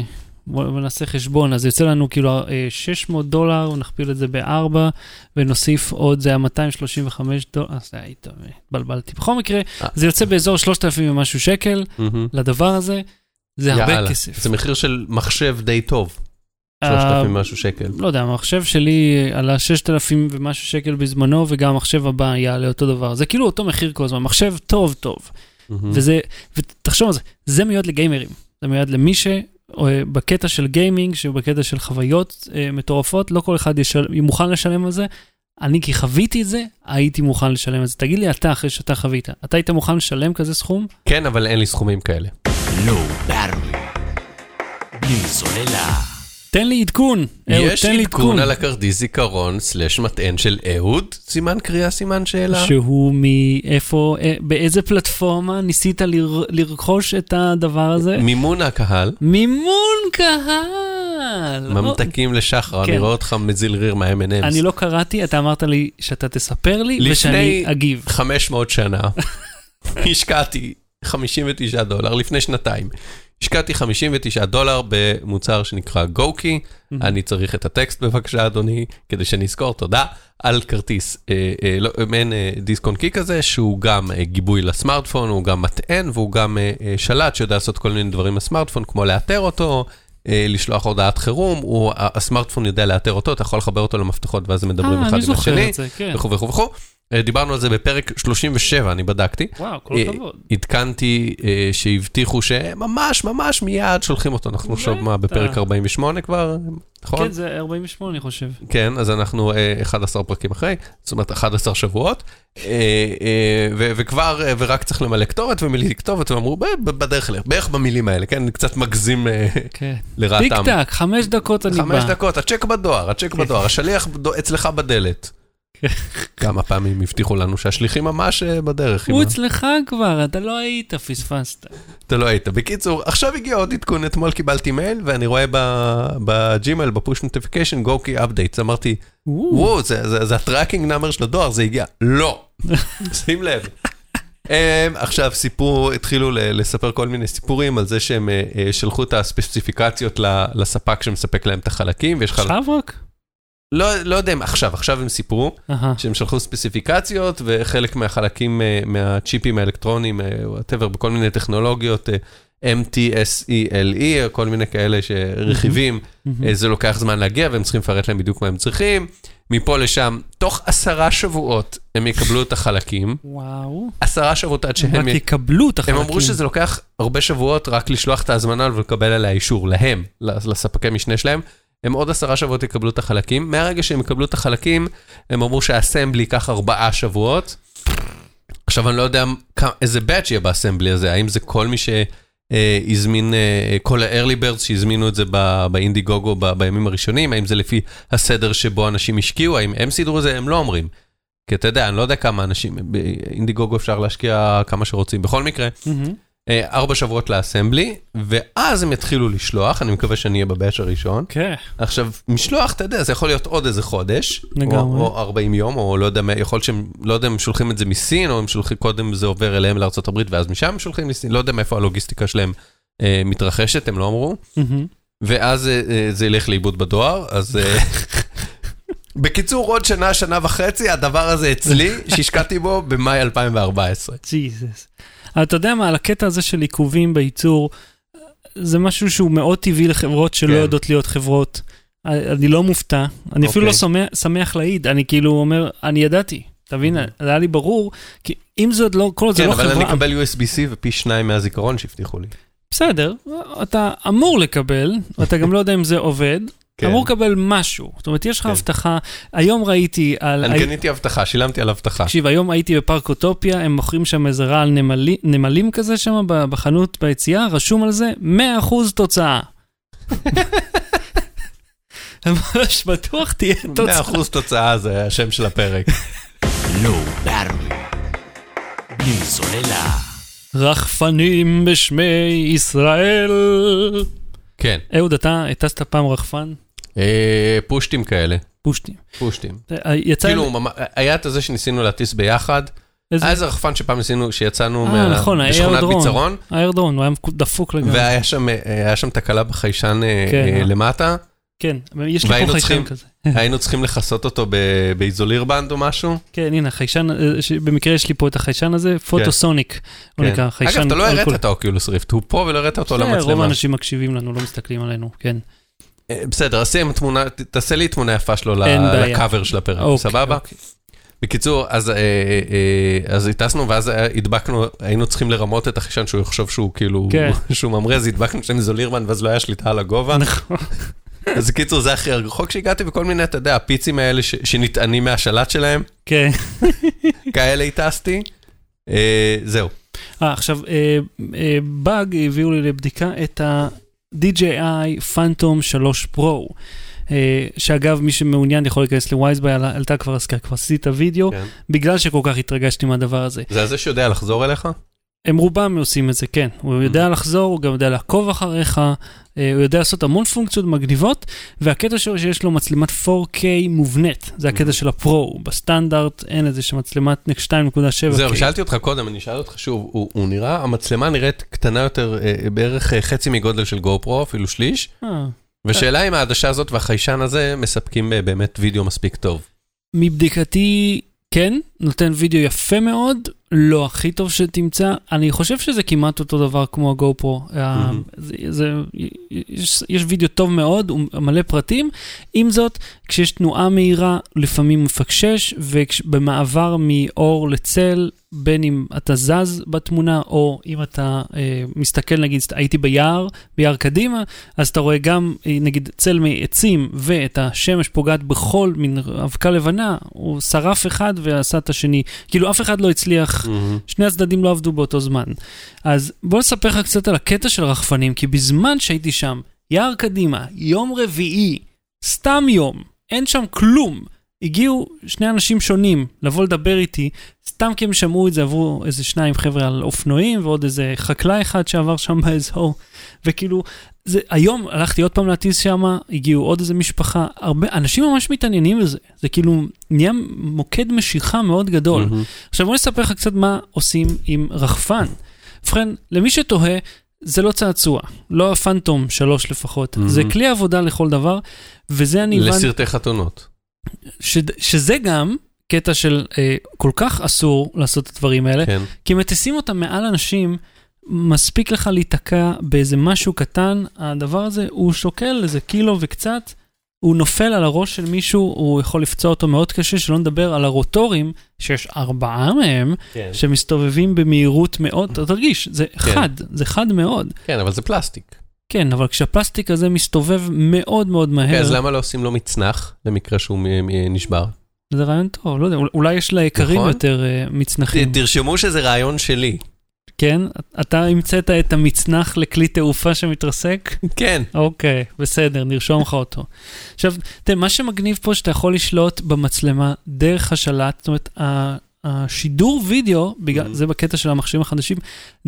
בואו נעשה חשבון, אז יוצא לנו כאילו $600, נכפיל את זה ב4, ונוסיף עוד, זה היה $235, אז זה היית, בלבלתי. בכל מקרה, זה יוצא באזור 3,000 ומשהו שקל, לדבר הזה, זה הרבה כסף. זה מחיר של מחשב די טוב. 3,000 ומשהו שקל. לא יודע, המחשב שלי עלה 6,000 ומשהו שקל בזמנו, וגם המחשב הבא יעלה אותו דבר. זה כאילו אותו מחיר כל הזמן, מחשב טוב טוב. ותחשוב על זה, זה מיועד לגיימרים. זה מיועד למי שבקטע של גיימינג, שבקטע של חוויות מטורפות, לא כל אחד מוכן לשלם על זה. אני כי חוויתי את זה, הייתי מוכן לשלם על זה. תגיד לי אתה אחרי שאתה חווית, אתה היית מוכן לשלם כזה סכום? כן, אבל אין לי סכומים כאלה. Low Battery. בלי סוללה. תן לי עדכון. יש עדכון על הכרטיס זיכרון / מטען של אהוד? סימן קריאה, סימן שאלה. שהוא מאיפה, באיזה פלטפורמה ניסית לרכוש את הדבר הזה? מימון הקהל. מימון קהל. ממתקים לשחר, אני רואה אותך מזיל ריר מה-M&M's. אני לא קראתי, אתה אמרת לי שאתה תספר לי ושאני אגיב. לפני 500 שנה, השקעתי $59 לפני שנתיים. השקעתי $59 במוצר שנקרא גוקי, אני צריך את הטקסט בבקשה אדוני, כדי שנזכור, תודה, על כרטיס, מעין דיסק און קי כזה, שהוא גם גיבוי לסמארטפון, הוא גם מטען, והוא גם שלט שיודע לעשות כל מיני דברים לסמארטפון, כמו לאתר אותו, לשלוח הודעת חירום, הסמארטפון יודע לאתר אותו, אתה יכול לחבר אותו למפתחות, ואז הם מדברים אחד עם השני, וכו' וכו' וכו'. דיברנו על זה בפרק 37, אני בדקתי. וואו, כל הכבוד. עדכנתי שהבטיחו שממש ממש מיד שולחים אותו. אנחנו עכשיו בפרק 48 כבר, נכון? כן, זה 48 אני חושב. כן, אז אנחנו 11 פרקים אחרי, זאת אומרת 11 שבועות, וכבר, ורק צריך למלא כתובת ומילאתי כתובת, ואמרו בדרך אליך, בערך במילים האלה, כן? קצת מגזים לרעתם. טיק טק, 5 דקות אני בא. 5 דקות, הצ'ק בדואר, השליח אצלך בדלת. כמה פעמים הבטיחו לנו שהשליחים ממש בדרך. הוא אצלך כבר, אתה לא היית, פספסת. אתה לא היית. בקיצור, עכשיו הגיע עוד עדכון, אתמול קיבלתי מייל, ואני רואה בג'ימייל, בפוש נוטיפיקיישן, גוקי אפדייטס, אמרתי, וואו, זה הטראקינג נאמר של הדואר, זה הגיע. לא. שים לב. עכשיו התחילו לספר כל מיני סיפורים על זה שהם שלחו את הספציפיקציות לספק שמספק להם את החלקים. עכשיו רק? לא יודע אם עכשיו הם סיפרו, שהם שלחו ספציפיקציות, וחלק מהחלקים מהצ'יפים האלקטרוניים, whatever, בכל מיני טכנולוגיות, MTSELE, כל מיני כאלה שרכיבים, זה לוקח זמן להגיע, והם צריכים לפרט להם בדיוק מה הם צריכים. מפה לשם, תוך 10 שבועות, הם יקבלו את החלקים. וואו. 10 שבועות עד שהם יקבלו את החלקים. הם אמרו שזה לוקח הרבה שבועות רק לשלוח את ההזמנה ולקבל עליה אישור להם, לספקי משנה שלהם. הם עוד 10 שבועות יקבלו את החלקים. מהרגע שהם יקבלו את החלקים, הם אמרו שהאסמבלי ייקח 4 שבועות. עכשיו אני לא יודע איזה באץ' יהיה באסמבלי הזה, האם זה כל מי שהזמין, כל ה-early birds שהזמינו את זה באינדיגוגו בימים הראשונים, האם זה לפי הסדר שבו אנשים השקיעו, האם הם סידרו את זה, הם לא אומרים. כי אתה יודע, אני לא יודע כמה אנשים, באינדיגוגו אפשר להשקיע כמה שרוצים. בכל מקרה, 4 שבועות לאסמבלי, ואז הם יתחילו לשלוח, אני מקווה שאני אהיה בבאץ' הראשון. כן. עכשיו, משלוח, אתה יודע, זה יכול להיות עוד איזה חודש, או 40 יום, או לא יודע, יכול שהם, לא יודע אם הם שולחים את זה מסין, או הם שולחים קודם, זה עובר אליהם לארצות הברית, ואז משם הם שולחים לסין, לא יודע מאיפה הלוגיסטיקה שלהם מתרחשת, הם לא אמרו. ואז זה ילך לאיבוד בדואר, אז בקיצור, עוד שנה וחצי, הדבר הזה אצלי, שהשקעתי בו במאי 2014. ג'יזוס. אתה יודע מה, על הקטע הזה של עיכובים בייצור, זה משהו שהוא מאוד טבעי לחברות שלא יודעות להיות חברות. אני לא מופתע, אני אפילו לא שמח להעיד, אני כאילו אומר, אני ידעתי, תבין, זה היה לי ברור, כי אם זה עוד לא, כל זה לא חברה. כן, אבל אני אקבל USB-C ופי 2 מהזיכרון שהבטיחו לי. בסדר, אתה אמור לקבל, ואתה גם לא יודע אם זה עובד, אמור לקבל משהו, זאת אומרת, יש לך הבטחה, היום ראיתי על... אני קניתי הבטחה, שילמתי על הבטחה. תקשיב, היום הייתי בפארק אוטופיה, הם מוכרים שם איזה רעל נמלים כזה שם, בחנות ביציאה, רשום על זה, 100% תוצאה. ממש בטוח תהיה תוצאה. 100% תוצאה זה השם של הפרק. Low Battery. בלי סוללה. רחפנים בשמי ישראל. כן. אהוד, אתה הטסת פעם רחפן? פושטים כאלה. פושטים. כאילו, היה את זה שניסינו להטיס ביחד, היה איזה רחפן שפעם עשינו, שיצאנו בשכונת ביצרון. האיירדרון, הוא היה דפוק לגמרי. והיה שם תקלה בחיישן למטה. כן, יש לי פה חיישן כזה. היינו צריכים לחסות אותו באיזוליר בנד או משהו. כן, הנה, חיישן, במקרה יש לי פה את החיישן הזה, פוטוסוניק. אגב, אתה לא הראת את האוקולוס ריפט, הוא פה ולא הראת אותו למצלמה. רוב האנשים מקשיבים לנו, לא מסתכלים עלינו, כן. בסדר, תעשה לי תמונה יפה שלו לקאבר של הפרק, סבבה? בקיצור, אז הטסנו, ואז היינו צריכים לרמות את החיישן שהוא יחשוב שהוא כאילו, שהוא ממראה, אז הדבקנו שם איזולירמן, ואז לא היה שליטה על הגובה. נכון. אז קיצור, זה הכי רחוק שהגעתי, וכל מיני, אתה יודע, הפיצים האלה שנטענים מהשלט שלהם. כן. כאלה הטסתי. זהו. עכשיו, באג הביאו לי לבדיקה את ה-DJI Phantom 3 Pro, שאגב, מי שמעוניין יכול להיכנס לווייזביי, עלתה כבר עשיתי את הוידאו, בגלל שכל כך התרגשתי מהדבר הזה. זה זה שיודע לחזור אליך? הם רובם עושים את זה, כן. הוא יודע לחזור, הוא גם יודע לעקוב אחריך, הוא יודע לעשות המון פונקציות מגניבות, והקטע שלו שיש לו מצלמת 4K מובנית, זה הקטע של הפרו, בסטנדרט אין איזה שמצלמת 2.7K. זהו, שאלתי אותך קודם, אני שאלתי אותך שוב, הוא נראה, המצלמה נראית קטנה יותר, בערך חצי מגודל של GoPro, אפילו שליש, ושאלה אם העדשה הזאת והחיישן הזה מספקים באמת וידאו מספיק טוב. מבדיקתי, כן, נותן וידאו יפה מאוד, לא הכי טוב שתמצא, אני חושב שזה כמעט אותו דבר כמו הגו-פרו, יש וידאו טוב מאוד, הוא מלא פרטים, עם זאת, כשיש תנועה מהירה, לפעמים מפקשש, ובמעבר מאור לצל, בין אם אתה זז בתמונה, או אם אתה מסתכל, נגיד, הייתי ביער קדימה, אז אתה רואה גם, נגיד, צל מעצים, ואת השמש פוגעת בכל מין אבקה לבנה, הוא שרף אחד ועשה את השני, כאילו אף אחד לא הצליח, שני הצדדים לא עבדו באותו זמן. אז בוא נספר לך קצת על הקטע של רחפנים, כי בזמן שהייתי שם, יער קדימה, יום רביעי, סתם יום, אין שם כלום, הגיעו שני אנשים שונים לבוא לדבר איתי, סתם כי הם שמעו את זה, עברו איזה שניים חבר'ה על אופנועים, ועוד איזה חקלאי אחד שעבר שם באזור, וכאילו, היום הלכתי עוד פעם להטיס שם, הגיעו עוד איזה משפחה, אנשים ממש מתעניינים בזה, זה כאילו נהיה מוקד משיכה מאוד גדול. עכשיו בוא נספר לך קצת מה עושים עם רחפן. ובכן, למי שתוהה, זה לא צעצוע, לא הפנטום 3 לפחות, זה כלי עבודה לכל דבר, וזה אני לסרטי חתונות. שזה גם קטע של כל כך אסור לעשות את הדברים האלה, כי אם תשים אותם מעל אנשים, מספיק לך להתקע באיזה משהו קטן, הדבר הזה הוא שוקל איזה קילו וקצת, הוא נופל על הראש של מישהו, הוא יכול לפצוע אותו מאוד קשה, שלא נדבר על הרוטורים, שיש 4 מהם, שמסתובבים במהירות מאוד, אתה תרגיש, זה חד, זה חד מאוד. כן, אבל זה פלסטיק. כן, אבל כשהפלסטיק הזה מסתובב מאוד מאוד מהר... כן, אז למה לא עושים לו מצנח, למקרה שהוא נשבר? זה רעיון טוב, לא יודע, אולי יש לה יקרים יותר מצנחים. תרשמו שזה רעיון שלי. כן? אתה המצאת את המצנח לכלי תעופה שמתרסק? כן. אוקיי, בסדר, נרשום לך אותו. עכשיו, מה שמגניב פה שאתה יכול לשלוט במצלמה דרך השלט, זאת אומרת, השידור וידאו, זה בקטע של המכשירים החדשים,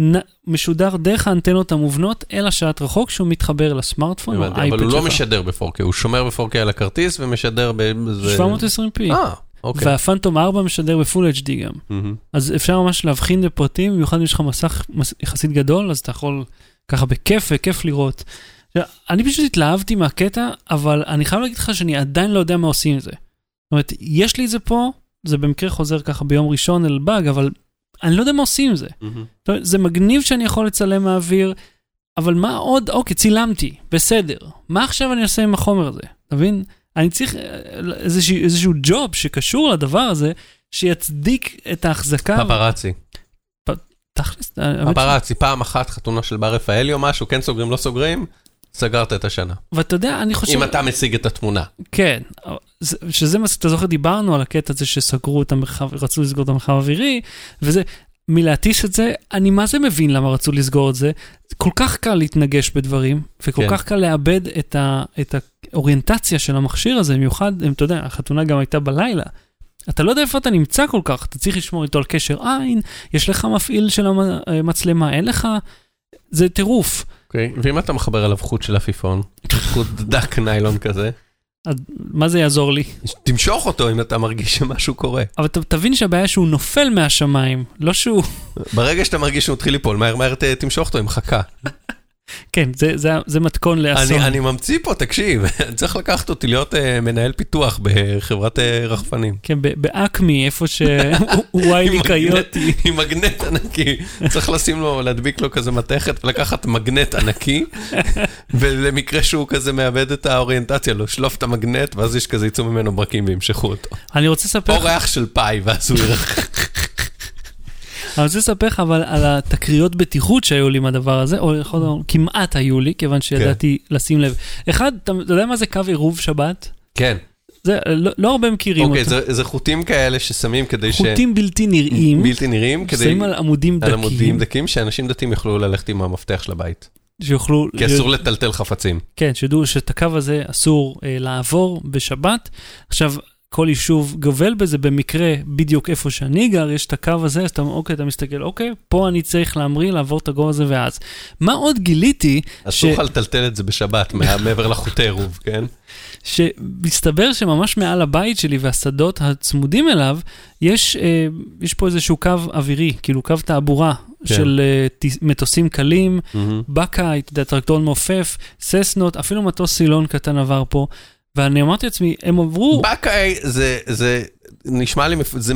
משודר דרך האנטנות המובנות אל השלט רחוק, שהוא מתחבר לסמארטפון. אבל הוא לא משדר ב-4K, הוא שומר ב-4K על הכרטיס ומשדר ב... 720p. והפנטום 4 משדר בפול HD גם. אז אפשר ממש להבחין בפרטים, במיוחד אם יש לך מסך יחסית גדול, אז אתה יכול ככה בכיף לראות. אני פשוט התלהבתי מהקטע, אבל אני חייב להגיד לך שאני עדיין לא יודע מה עושים עם זה. זאת אומרת, יש לי את זה פה, זה במקרה חוזר ככה ביום ראשון אל באג, אבל אני לא יודע מה עושים עם זה. זה מגניב שאני יכול לצלם מהאוויר, אבל מה עוד? אוקיי, צילמתי, בסדר. מה עכשיו אני עושה עם החומר הזה? אתה מבין? אני צריך איזשהו ג'וב שקשור לדבר הזה, שיצדיק את ההחזקה. פפרצי. פפרצי, פעם אחת חתונה של בר רפאלי או משהו, כן סוגרים, לא סוגרים, סגרת את השנה. ואתה יודע, אני חושב... אם אתה משיג את התמונה. כן, שזה מה שאתה זוכר, דיברנו על הקטע הזה שסגרו את המרחב, רצו לסגור את המרחב האווירי, וזה, מלהטיס את זה, אני מה זה מבין למה רצו לסגור את זה, כל כך קל להתנגש בדברים, וכל כך קל לאבד את האוריינטציה של המכשיר הזה, במיוחד, אתה יודע, החתונה גם הייתה בלילה, אתה לא יודע איפה אתה נמצא כל כך, אתה צריך לשמור איתו על קשר עין, יש לך מפעיל של המצלמה, אין לך, זה טירוף. אוקיי, ואם אתה מחבר עליו חוט של עפיפון, חוט דק ניילון כזה, מה זה יעזור לי? תמשוך אותו אם אתה מרגיש שמשהו קורה. אבל תבין שהבעיה שהוא נופל מהשמיים, לא שהוא... ברגע שאתה מרגיש שהוא התחיל ליפול, מהר תמשוך אותו עם חכה. כן, זה מתכון לאסון. אני ממציא פה, תקשיב, צריך לקחת אותי להיות מנהל פיתוח בחברת רחפנים. כן, באקמי, איפה שוואי קויוטי. עם מגנט ענקי. צריך להדביק לו כזה מתכת, ולקחת מגנט ענקי, ולמקרה שהוא כזה מאבד את האוריינטציה, לו שלוף את המגנט, ואז יש כזה יצאו ממנו ברקים וימשכו אותו. אני רוצה לספר... או ריח של פאי, ואז הוא ירח. אני רוצה לספר לך אבל על התקריות בטיחות שהיו לי עם הדבר הזה, או כמעט היו לי, כיוון שידעתי לשים לב. אחד, אתה יודע מה זה קו עירוב שבת? כן. זה, לא הרבה מכירים אותו. אוקיי, זה חוטים כאלה ששמים כדי חוטים בלתי נראים. בלתי נראים, כדי... שמים על עמודים דקים. על עמודים דקים, שאנשים דתיים יוכלו ללכת עם המפתח של הבית. שיוכלו... כי אסור לטלטל חפצים. כן, שידעו שאת הקו הזה אסור לעבור בשבת. עכשיו... כל יישוב גובל בזה, במקרה בדיוק איפה שאני גר, יש את הקו הזה, אז אתה מסתכל, אוקיי, פה אני צריך להמריא, לעבור את הגוב הזה ואז. מה עוד גיליתי? אסור לך לטלטל את זה בשבת, מעבר לחוטי עירוב, כן? שמסתבר שממש מעל הבית שלי והשדות הצמודים אליו, יש פה איזשהו קו אווירי, כאילו קו תעבורה של מטוסים קלים, בקאי, טרקטורון מעופף, ססנות, אפילו מטוס סילון קטן עבר פה, ואני אמרתי לעצמי, הם עברו... בקאי זה נשמע לי, זה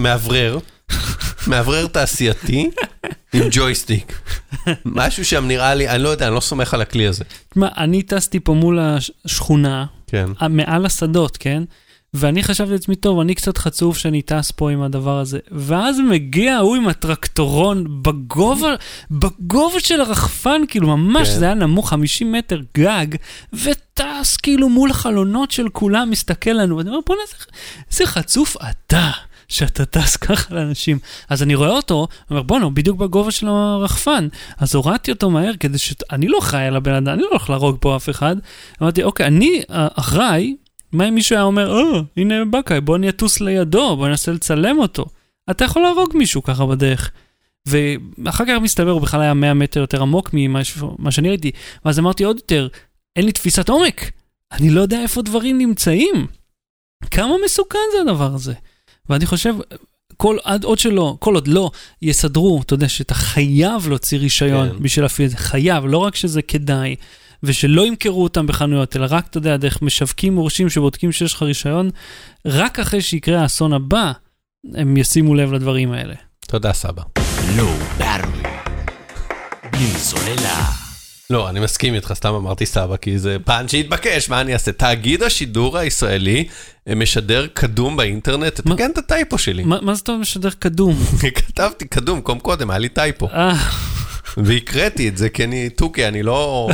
מאוורר תעשייתי עם ג'ויסטיק. משהו שם נראה לי, אני לא יודע, אני לא סומך על הכלי הזה. תשמע, אני טסתי פה מול השכונה, מעל השדות, כן? ואני חשבתי לעצמי, טוב, אני קצת חצוף שאני טס פה עם הדבר הזה. ואז מגיע הוא עם הטרקטורון בגובה של הרחפן, כאילו ממש זה היה נמוך 50 מטר גג, וטס כאילו מול החלונות של כולם, מסתכל לנו, ואני אומר, בוא איזה חצוף אתה, שאתה טס ככה לאנשים. אז אני רואה אותו, אומר, בוא, בדיוק בגובה של הרחפן. אז הורדתי אותו מהר, כדי שאני לא חי על הבן אדם, אני לא הולך להרוג פה אף אחד. אמרתי, אוקיי, אני אחראי, מה אם מישהו היה אומר, הנה בקאי, בוא נטוס לידו, בוא ננסה לצלם אותו. אתה יכול להרוג מישהו ככה בדרך. ואחר כך מסתבר, הוא בכלל היה 100 מטר יותר עמוק ממה שאני ראיתי. ואז אמרתי עוד יותר, אין לי תפיסת עומק. אני לא יודע איפה דברים נמצאים. כמה מסוכן זה הדבר הזה. ואני חושב, כל עוד לא יסדרו, אתה יודע שאתה חייב להוציא רישיון בשביל להפעיל את זה. חייב, לא רק שזה כדאי. ושלא ימכרו אותם בחנויות, אלא רק, אתה יודע, דרך משווקים מורשים שבודקים שיש לך רישיון, רק אחרי שיקרה האסון הבא, הם ישימו לב לדברים האלה. תודה, סבא. לא ברמי. בלי סוללה. לא, אני מסכים איתך, סתם אמרתי סבא, כי זה פן שהתבקש, מה אני אעשה? תאגיד השידור הישראלי משדר קדום באינטרנט, תתקן את הטייפו שלי. מה זאת אומרת משדר קדום? כתבתי קדום, קודם, היה לי טייפו. והקראתי את זה, כי אני טוקי, אני לא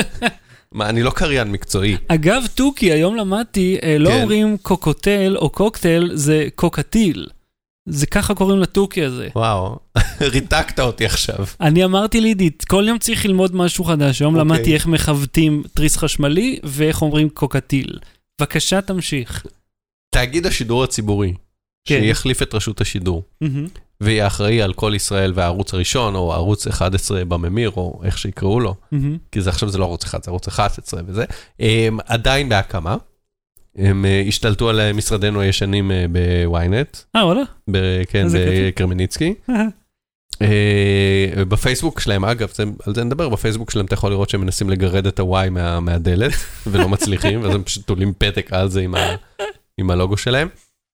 קריין מקצועי. אגב, טוקי, היום למדתי, לא אומרים קוקוטל או קוקטייל, זה קוקטיל. זה ככה קוראים לטוקי הזה. וואו, ריתקת אותי עכשיו. אני אמרתי לידית, כל יום צריך ללמוד משהו חדש. היום למדתי איך מחבטים תריס חשמלי, ואיך אומרים קוקטיל. בבקשה, תמשיך. תאגיד השידור הציבורי, שיחליף את רשות השידור. ויהיה אחראי על כל ישראל והערוץ הראשון, או הערוץ 11 בממיר, או איך שיקראו לו, כי זה עכשיו זה לא ערוץ 1, זה ערוץ 11 וזה, עדיין בהקמה, הם השתלטו על משרדנו הישנים בוויינט. וואלה? כן, בקרמניצקי. בפייסבוק שלהם, אגב, על זה נדבר, בפייסבוק שלהם אתה יכול לראות שהם מנסים לגרד את הוואי מהדלת, ולא מצליחים, ואז הם פשוט תולים פתק על זה עם הלוגו שלהם.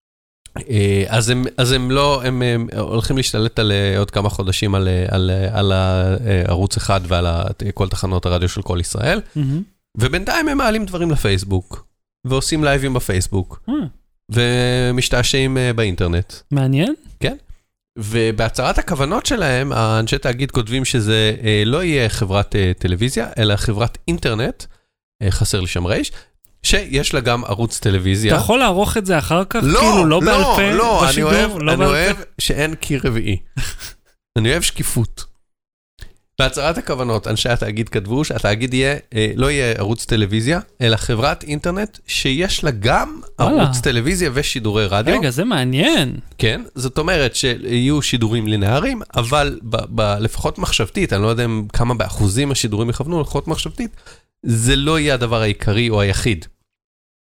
אז הם לא, הם הולכים להשתלט על עוד כמה חודשים על ערוץ אחד ועל כל תחנות הרדיו של כל ישראל, ובינתיים הם מעלים דברים לפייסבוק, ועושים לייבים בפייסבוק, ומשתעשעים באינטרנט. מעניין? כן. ובהצהרת הכוונות שלהם, האנשי תאגיד כותבים שזה לא יהיה חברת טלוויזיה, אלא חברת אינטרנט, חסר לי שם רייש, שיש לה גם ערוץ טלוויזיה. אתה יכול לערוך את זה אחר כך? כאילו לא בעל פה? לא, אני אוהב שאין קיר רביעי. אני אוהב שקיפות. בהצהרת הכוונות, אנשי התאגיד כתבו שהתאגיד לא יהיה ערוץ טלוויזיה, אלא חברת אינטרנט שיש לה גם ערוץ טלוויזיה ושידורי רדיו. רגע, זה מעניין. כן, זאת אומרת שיהיו שידורים לינאריים, אבל לפחות מחשבתית, אני לא יודע כמה באחוזים השידורים יכוונו, לפחות מחשבתית, זה לא יהיה הדבר העיקרי או היחיד.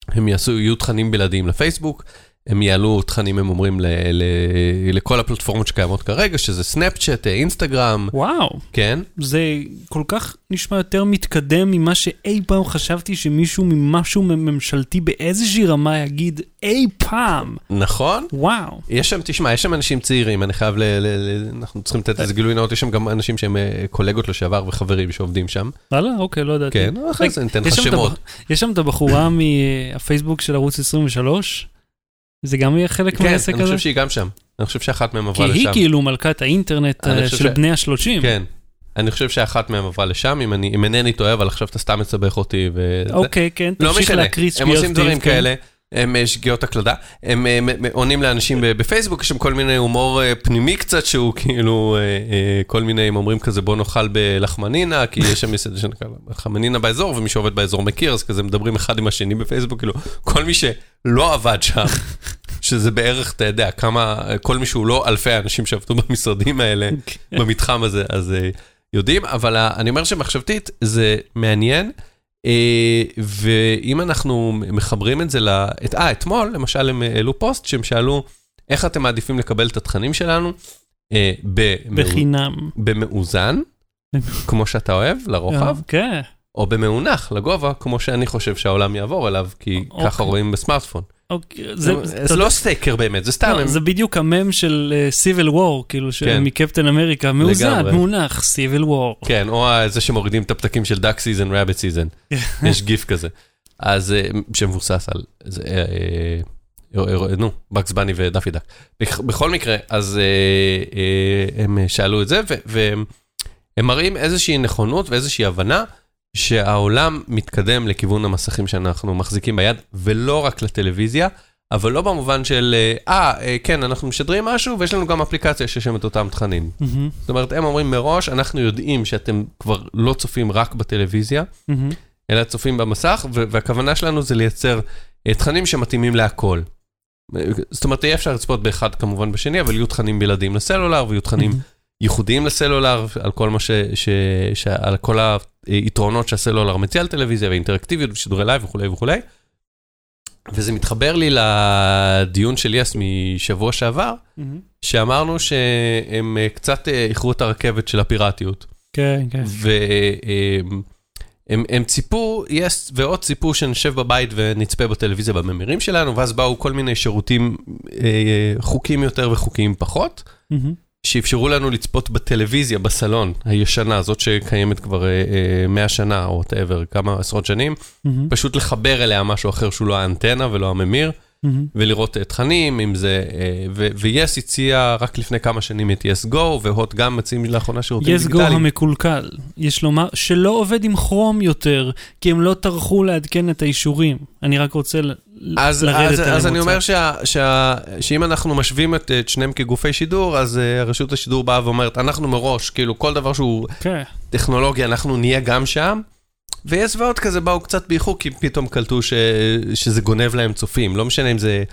הם יהיו תכנים בלעדיים לפייסבוק, הם יעלו תכנים, הם אומרים, לכל הפלטפורמות שקיימות כרגע, שזה סנאפצ'אט, אינסטגרם. וואו. כן. זה כל כך נשמע יותר מתקדם ממה שאי פעם חשבתי שמישהו ממשהו ממשלתי באיזושהי רמה יגיד אי פעם. נכון. וואו. יש שם, תשמע, יש שם אנשים צעירים, אני חייב אנחנו צריכים לתת איזה גילוי נאות, יש שם גם אנשים שהם קולגות לשעבר וחברים שעובדים שם. וואלה, אוקיי, לא ידעתי. כן, אחרי זה ניתן לך שמות. יש שם את הבחורה מהפייסבוק של ערוץ 23, זה גם יהיה חלק מהעסק הזה? כן, אני חושב שהיא גם שם. אני חושב שאחת מהם עברה לשם. כי היא כאילו מלכת האינטרנט של בני ה-30. כן. אני חושב שאחת מהם עברה לשם, אם אינני טועה, אבל עכשיו אתה סתם מצבח אותי. אוקיי, כן, תמשיך להקריא שגיאות. הם עושים דברים כאלה, הם שגיאות הקלדה, הם עונים לאנשים בפייסבוק, יש שם כל מיני הומור פנימי קצת, שהוא כאילו, כל מיני, הם אומרים כזה, בוא נאכל בלחמנינה, כי יש שם מסעדה שנקרא לחמנינה באזור, ומי שעובד באזור מכיר, אז כזה מדברים אחד עם השני בפייסבוק, כאילו, כל מי שלא עבד שם, שזה בערך, אתה יודע, כמה, כל מי שהוא לא אלפי האנשים שעבדו במשרדים האלה, במתחם הזה, אז יודעים, אבל אני אומר שמחשבתית, זה מעניין, ואם אנחנו מחברים את זה אתמול, למשל הם העלו פוסט שהם שאלו, איך אתם מעדיפים לקבל את התכנים שלנו? בחינם. במאוזן, כמו שאתה אוהב, לרוחב, או במאונח, לגובה, כמו שאני חושב שהעולם יעבור אליו, כי ככה רואים בסמארטפון. זה לא סטיקר באמת, זה סתם. זה בדיוק המם של Civil War, כאילו מקפטן אמריקה, מאוזן, מאונח, Civil War. כן, או זה שמורידים את הפתקים של Duck Season, Rabbit Season. יש גיף כזה. אז שמבוסס על, בקס בני ודאפי דק. בכל מקרה, אז הם שאלו את זה, והם מראים איזושהי נכונות ואיזושהי הבנה, שהעולם מתקדם לכיוון המסכים שאנחנו מחזיקים ביד, ולא רק לטלוויזיה, אבל לא במובן של, כן, אנחנו משדרים משהו, ויש לנו גם אפליקציה שיש שם את אותם תכנים. זאת אומרת, הם אומרים מראש, אנחנו יודעים שאתם כבר לא צופים רק בטלוויזיה, אלא צופים במסך, והכוונה שלנו זה לייצר תכנים שמתאימים להכל. זאת אומרת, יהיה אפשר לצפות באחד כמובן בשני, אבל יהיו תכנים בלעדיים לסלולר, ויהיו תכנים ייחודיים לסלולר, על כל מה על כל היתרונות שהסלולר מציע על טלוויזיה, ואינטראקטיביות ושידורי לייב וכו' וכו'. וזה מתחבר לי לדיון של יס משבוע שעבר, שאמרנו שהם קצת איחרו את הרכבת של הפיראטיות. כן, כן. והם ציפו, יס ועוד ציפו שנשב בבית ונצפה בטלוויזיה בממירים שלנו, ואז באו כל מיני שירותים חוקיים יותר וחוקיים פחות, שאפשרו לנו לצפות בטלוויזיה, בסלון הישנה, הזאת שקיימת כבר 100 שנה, או whatever, כמה עשרות שנים, פשוט לחבר אליה משהו אחר שהוא לא האנטנה ולא הממיר, ולראות תכנים, אם זה, ויס הציע רק לפני כמה שנים את יס גו, והוט גם מציעים לאחרונה שירותים דיגיטליים. יס גו המקולקל, יש לומר, שלא עובד עם כרום יותר, כי הם לא טרחו לעדכן את האישורים. אני רק רוצה לרדת עליהם. אז אני אומר שאם אנחנו משווים את שניהם כגופי שידור, אז רשות השידור באה ואומרת, אנחנו מראש, כאילו כל דבר שהוא טכנולוגיה, אנחנו נהיה גם שם, ויש ועוד כזה באו קצת באיחור, כי פתאום קלטו שזה גונב להם צופים. לא משנה אם זה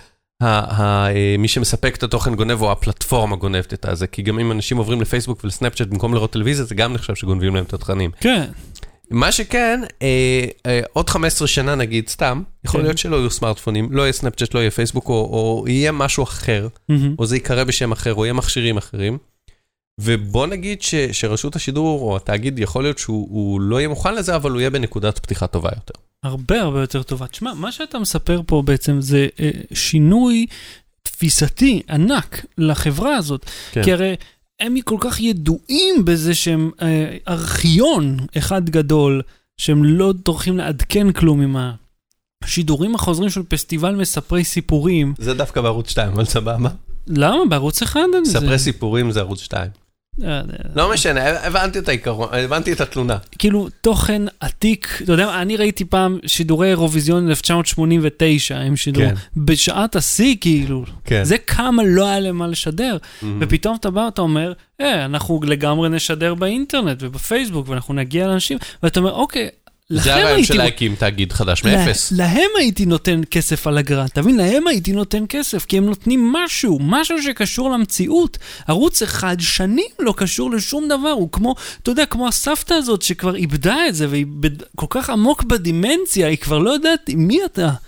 מי שמספק את התוכן גונב, או הפלטפורמה גונבת את זה, כי גם אם אנשים עוברים לפייסבוק ולסנאפצ'אט במקום לראות טלוויזיה, זה גם נחשב שגונבים להם את התכנים. כן. מה שכן, עוד 15 שנה נגיד סתם, יכול להיות שלא יהיו סמארטפונים, לא יהיה סנאפצ'אט, לא יהיה פייסבוק, או יהיה משהו אחר, או זה יקרא בשם אחר, או יהיה מכשירים אחרים. ובוא נגיד שרשות השידור או התאגיד יכול להיות שהוא לא יהיה מוכן לזה, אבל הוא יהיה בנקודת פתיחה טובה יותר. הרבה יותר טובה. תשמע, מה שאתה מספר פה בעצם זה שינוי תפיסתי ענק לחברה הזאת. כן. כי הרי הם כל כך ידועים בזה שהם ארכיון אחד גדול, שהם לא דורכים לעדכן כלום עם השידורים החוזרים של פסטיבל מספרי סיפורים. זה דווקא בערוץ 2, אבל סבבה. למה? בערוץ 1? מספרי סיפורים זה ערוץ 2. לא משנה, הבנתי את העיקרון, הבנתי את התלונה. כאילו, תוכן עתיק, אתה יודע, אני ראיתי פעם שידורי אירוויזיון 1989, הם שידרו, בשעת השיא, כאילו, זה כמה לא היה למה לשדר, ופתאום אתה בא, אתה אומר, אנחנו לגמרי נשדר באינטרנט ובפייסבוק, ואנחנו נגיע לאנשים, ואתה אומר, אוקיי, זה הרעיון של להקים תאגיד חדש מאפס. להם הייתי נותן כסף על אגרה, תבין, להם הייתי נותן כסף, כי הם נותנים משהו שקשור למציאות. ערוץ אחד שנים לא קשור לשום דבר, הוא כמו, אתה יודע, כמו הסבתא הזאת שכבר איבדה את זה, והיא כל כך עמוק בדימנציה, היא כבר לא יודעת מי אתה.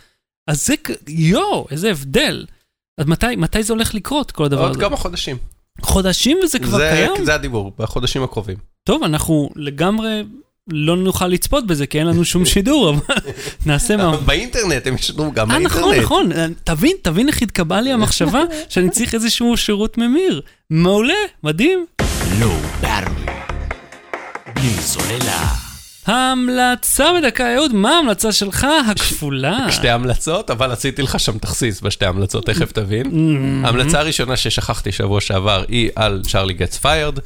אז זה, איזה הבדל. אז מתי זה הולך לקרות, כל הדבר הזה? עוד כמה חודשים. חודשים וזה כבר קיים? זה הדיבור, בחודשים הקרובים. טוב, אנחנו לגמרי לא נוכל לצפות בזה, כי אין לנו שום שידור, אבל נעשה מה... באינטרנט, הם ישדרו גם באינטרנט. נכון, תבין איך התקבעה לי המחשבה שאני צריך איזשהו שירות ממיר. מעולה, מדהים. לא ברוי. בלי סוללה. ההמלצה בדקה, אהוד, מה ההמלצה שלך הכפולה? שתי המלצות, אבל עשיתי לך שם תכסיס בשתי המלצות, תכף תבין. ההמלצה הראשונה ששכחתי שבוע שעבר היא על צ'ארלי גטס פיירד,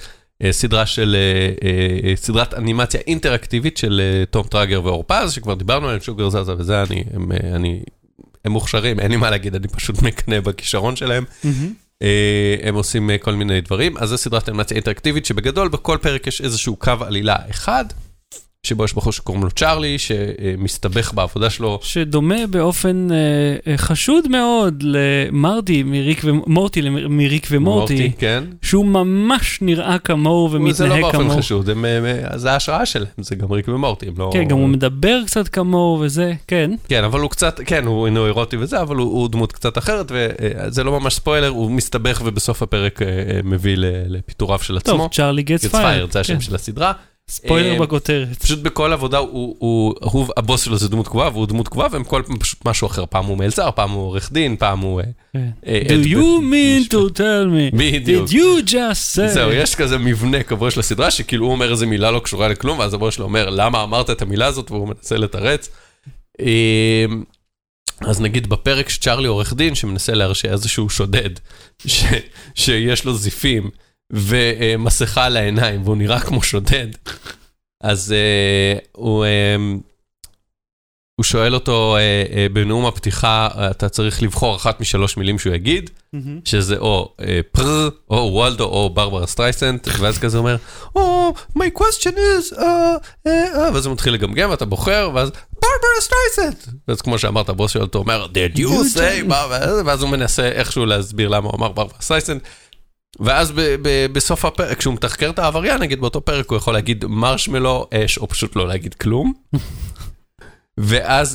סדרת אנימציה אינטראקטיבית של תום טראגר ואורפז, שכבר דיברנו עליהם, שוגר זזה וזה, הם מוכשרים, אין לי מה להגיד, אני פשוט מקנה בכישרון שלהם. הם עושים כל מיני דברים, אז זו סדרת אנימציה אינטראקטיבית, שבגדול בכל פרק יש איזשהו קו עלילה אחד, שבו יש בחור שקוראים לו צ'ארלי, שמסתבך בעבודה שלו. שדומה באופן חשוד מאוד למורטי מריק ומורטי. כן. שהוא ממש נראה כמוהו ומתנהג כמוהו. זה לא באופן חשוד, זה ההשראה שלהם, זה גם ריק ומורטי. כן, גם הוא מדבר קצת כמוהו וזה, כן. כן, אבל הוא קצת, כן, הוא נוירוטי וזה, אבל הוא דמות קצת אחרת, וזה לא ממש ספוילר, הוא מסתבך ובסוף הפרק מביא לפיתוריו של עצמו. טוב, צ'ארלי גטס פיירד. זה השם של הסדרה. ספוילר בכותרת. פשוט בכל עבודה, הבוס שלו זה דמות קבועה, והוא דמות קבועה, והם כל פעם פשוט משהו אחר. פעם הוא מלצר, פעם הוא עורך דין, פעם הוא... Do you mean to tell me? בדיוק. Did you just say? זהו, יש כזה מבנה קבוע של הסדרה, שכאילו הוא אומר איזה מילה לא קשורה לכלום, ואז הבוס שלו אומר, למה אמרת את המילה הזאת, והוא מנסה לתרץ. אז נגיד בפרק שצ'ארלי עורך דין, שמנסה להרשיע איזשהו שודד, שיש לו זיפים, ומסכה על העיניים, והוא נראה כמו שודד, אז הוא שואל אותו בנאום הפתיחה, אתה צריך לבחור אחת משלוש מילים שהוא יגיד, שזה או פר, או וולדו, או ברברה סטרייסנד, ואז כזה אומר, my question is, ואז הוא מתחיל לגמגם, ואתה בוחר, ואז ברברה סטרייסנד, ואז כמו שאמרת, הבוס שלו אומר, did you say, ואז הוא מנסה איכשהו להסביר למה הוא אמר ברברה סטרייסנד, ואז בסוף הפרק, כשהוא מתחקר את העבריין, נגיד באותו פרק, הוא יכול להגיד מרשמלו, אש, או פשוט לא להגיד כלום. ואז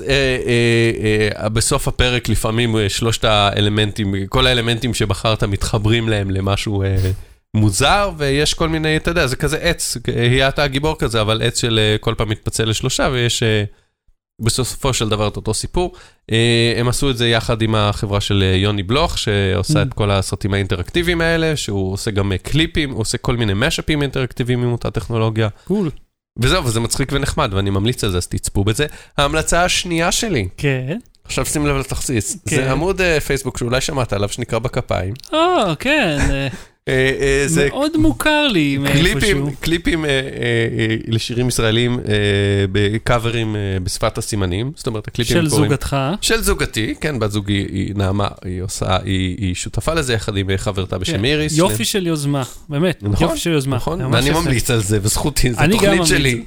בסוף הפרק, לפעמים שלושת האלמנטים, כל האלמנטים שבחרת מתחברים להם למשהו מוזר, ויש כל מיני, אתה יודע, זה כזה עץ, היה אתה הגיבור כזה, אבל עץ של כל פעם מתפצל לשלושה, ויש בסופו של דבר את אותו סיפור. הם עשו את זה יחד עם החברה של יוני בלוך, שעושה את כל הסרטים האינטראקטיביים האלה, שהוא עושה גם קליפים, הוא עושה כל מיני משאפים אינטראקטיביים עם אותה טכנולוגיה. קול. וזהו, וזה מצחיק ונחמד, ואני ממליץ על זה, אז תצפו בזה. ההמלצה השנייה שלי. כן. עכשיו שים לב לתכסיס. זה עמוד פייסבוק שאולי שמעת עליו, שנקרא בכפיים. כן. מאוד מוכר לי מאיפשהו. קליפים לשירים ישראלים בקאברים בשפת הסימנים, זאת אומרת, הקליפים של זוגתך. של זוגתי, כן, בת זוגי היא נעמה, היא שותפה לזה יחד עם חברתה בשם איריס. יופי של יוזמה, באמת, יופי של יוזמה. נכון, ואני ממליץ על זה, וזכותי, זו תוכנית שלי.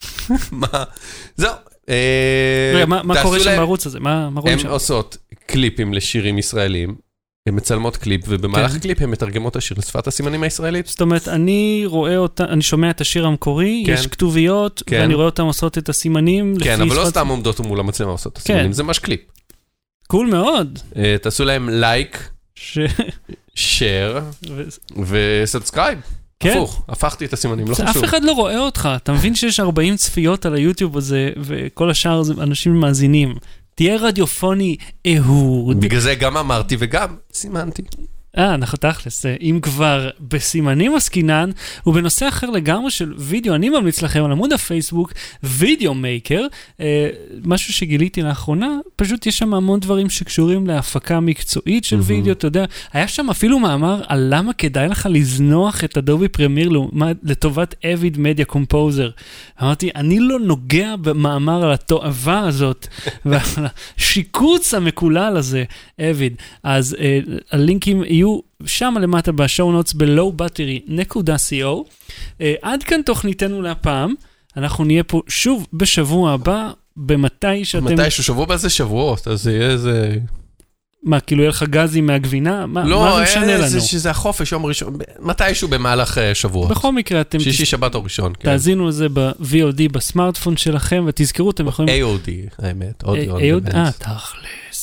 זהו. מה קורה שם בערוץ הזה? מה רואים שם? הם עושות קליפים לשירים ישראלים, הן מצלמות קליפ, ובמהלך הקליפ הן מתרגמות השיר לשפת הסימנים הישראלית. זאת אומרת, אני רואה אותה, אני שומע את השיר המקורי, יש כתוביות, ואני רואה אותם עושות את הסימנים. כן, אבל לא סתם עומדות מול המצלמה עושות את הסימנים, זה ממש קליפ. קול מאוד. תעשו להם לייק, שייר, וסאבסקרייב. הפוך, הפכתי את הסימנים, לא חשוב. אף אחד לא רואה אותך, אתה מבין שיש 40 צפיות על היוטיוב הזה, וכל השאר זה אנשים מאזינים. תהיה רדיופוני אהוד. בגלל זה גם אמרתי וגם סימנתי. אנחנו תכלס, אם כבר בסימנים עסקינן, ובנושא אחר לגמרי של וידאו, אני ממליץ לכם על עמוד הפייסבוק, וידאו מייקר, משהו שגיליתי לאחרונה, פשוט יש שם המון דברים שקשורים להפקה מקצועית של וידאו, אתה יודע, היה שם אפילו מאמר על למה כדאי לך לזנוח את אדובי פרמייר לטובת אביד מדיה קומפוזר. אמרתי, אני לא נוגע במאמר על התואבה הזאת, ועל השיקוץ המקולל הזה, אביד. אז הלינקים יהיו שם למטה בשואו נוטס ב-lowbattery.co. עד כאן תוכניתנו להפעם. אנחנו נהיה פה שוב בשבוע הבא, במתי שאתם... מתי שבוע הבא זה שבועות, אז יהיה איזה... מה, כאילו יהיה לך גזים מהגבינה? מה זה משנה לנו? לא, שזה החופש, יום ראשון, מתישהו במהלך שבועות. בכל מקרה אתם... שישי, שבת או ראשון, כן. תאזינו לזה ב-VOD בסמארטפון שלכם, ותזכרו, אתם יכולים... AOD, האמת. AOD, תכלס.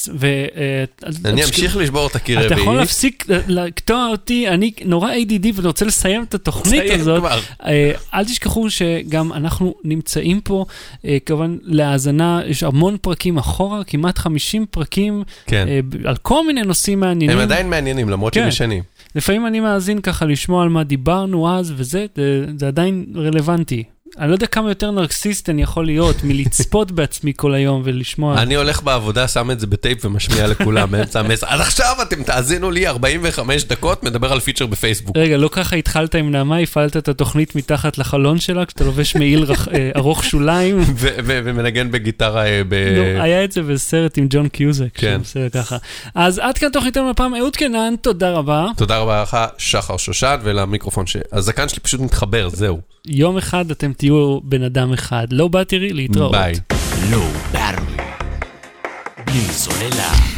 ונכנס, אני אמשיך לשבור אותה כרביעית. אתה יכול להפסיק לקטוע אותי, אני נורא ADD ואני רוצה לסיים את התוכנית הזאת. אל תשכחו שגם אנחנו נמצאים פה, כמובן להאזנה, יש המון פרקים אחורה, כמעט 50 פרקים, על כל מיני נושאים מעניינים. הם עדיין מעניינים, למרות שהם משנים. לפעמים אני מאזין ככה לשמוע על מה דיברנו אז, וזה עדיין רלוונטי. אני לא יודע כמה יותר נרקסיסט אני יכול להיות, מלצפות בעצמי כל היום ולשמוע. אני הולך בעבודה, שם את זה בטייפ ומשמיע לכולם באמצע המסע. אז עכשיו אתם תאזינו לי 45 דקות, מדבר על פיצ'ר בפייסבוק. רגע, לא ככה התחלת עם נעמה, הפעלת את התוכנית מתחת לחלון שלה, כשאתה לובש מעיל ארוך שוליים. ומנגן בגיטרה היה את זה בסרט עם ג'ון קיוזק. כן. אז עד כאן תוכניתנו הפעם, אהוד קנן, תודה רבה. תודה רבה לך, שחר שושן, ולמיקרופון הזקן שלי פשוט מתחבר, זהו. יום אחד אתם תהיו בן אדם אחד. לא באטרי, להתראות. ביי. לא באטרי. בלי סוללה.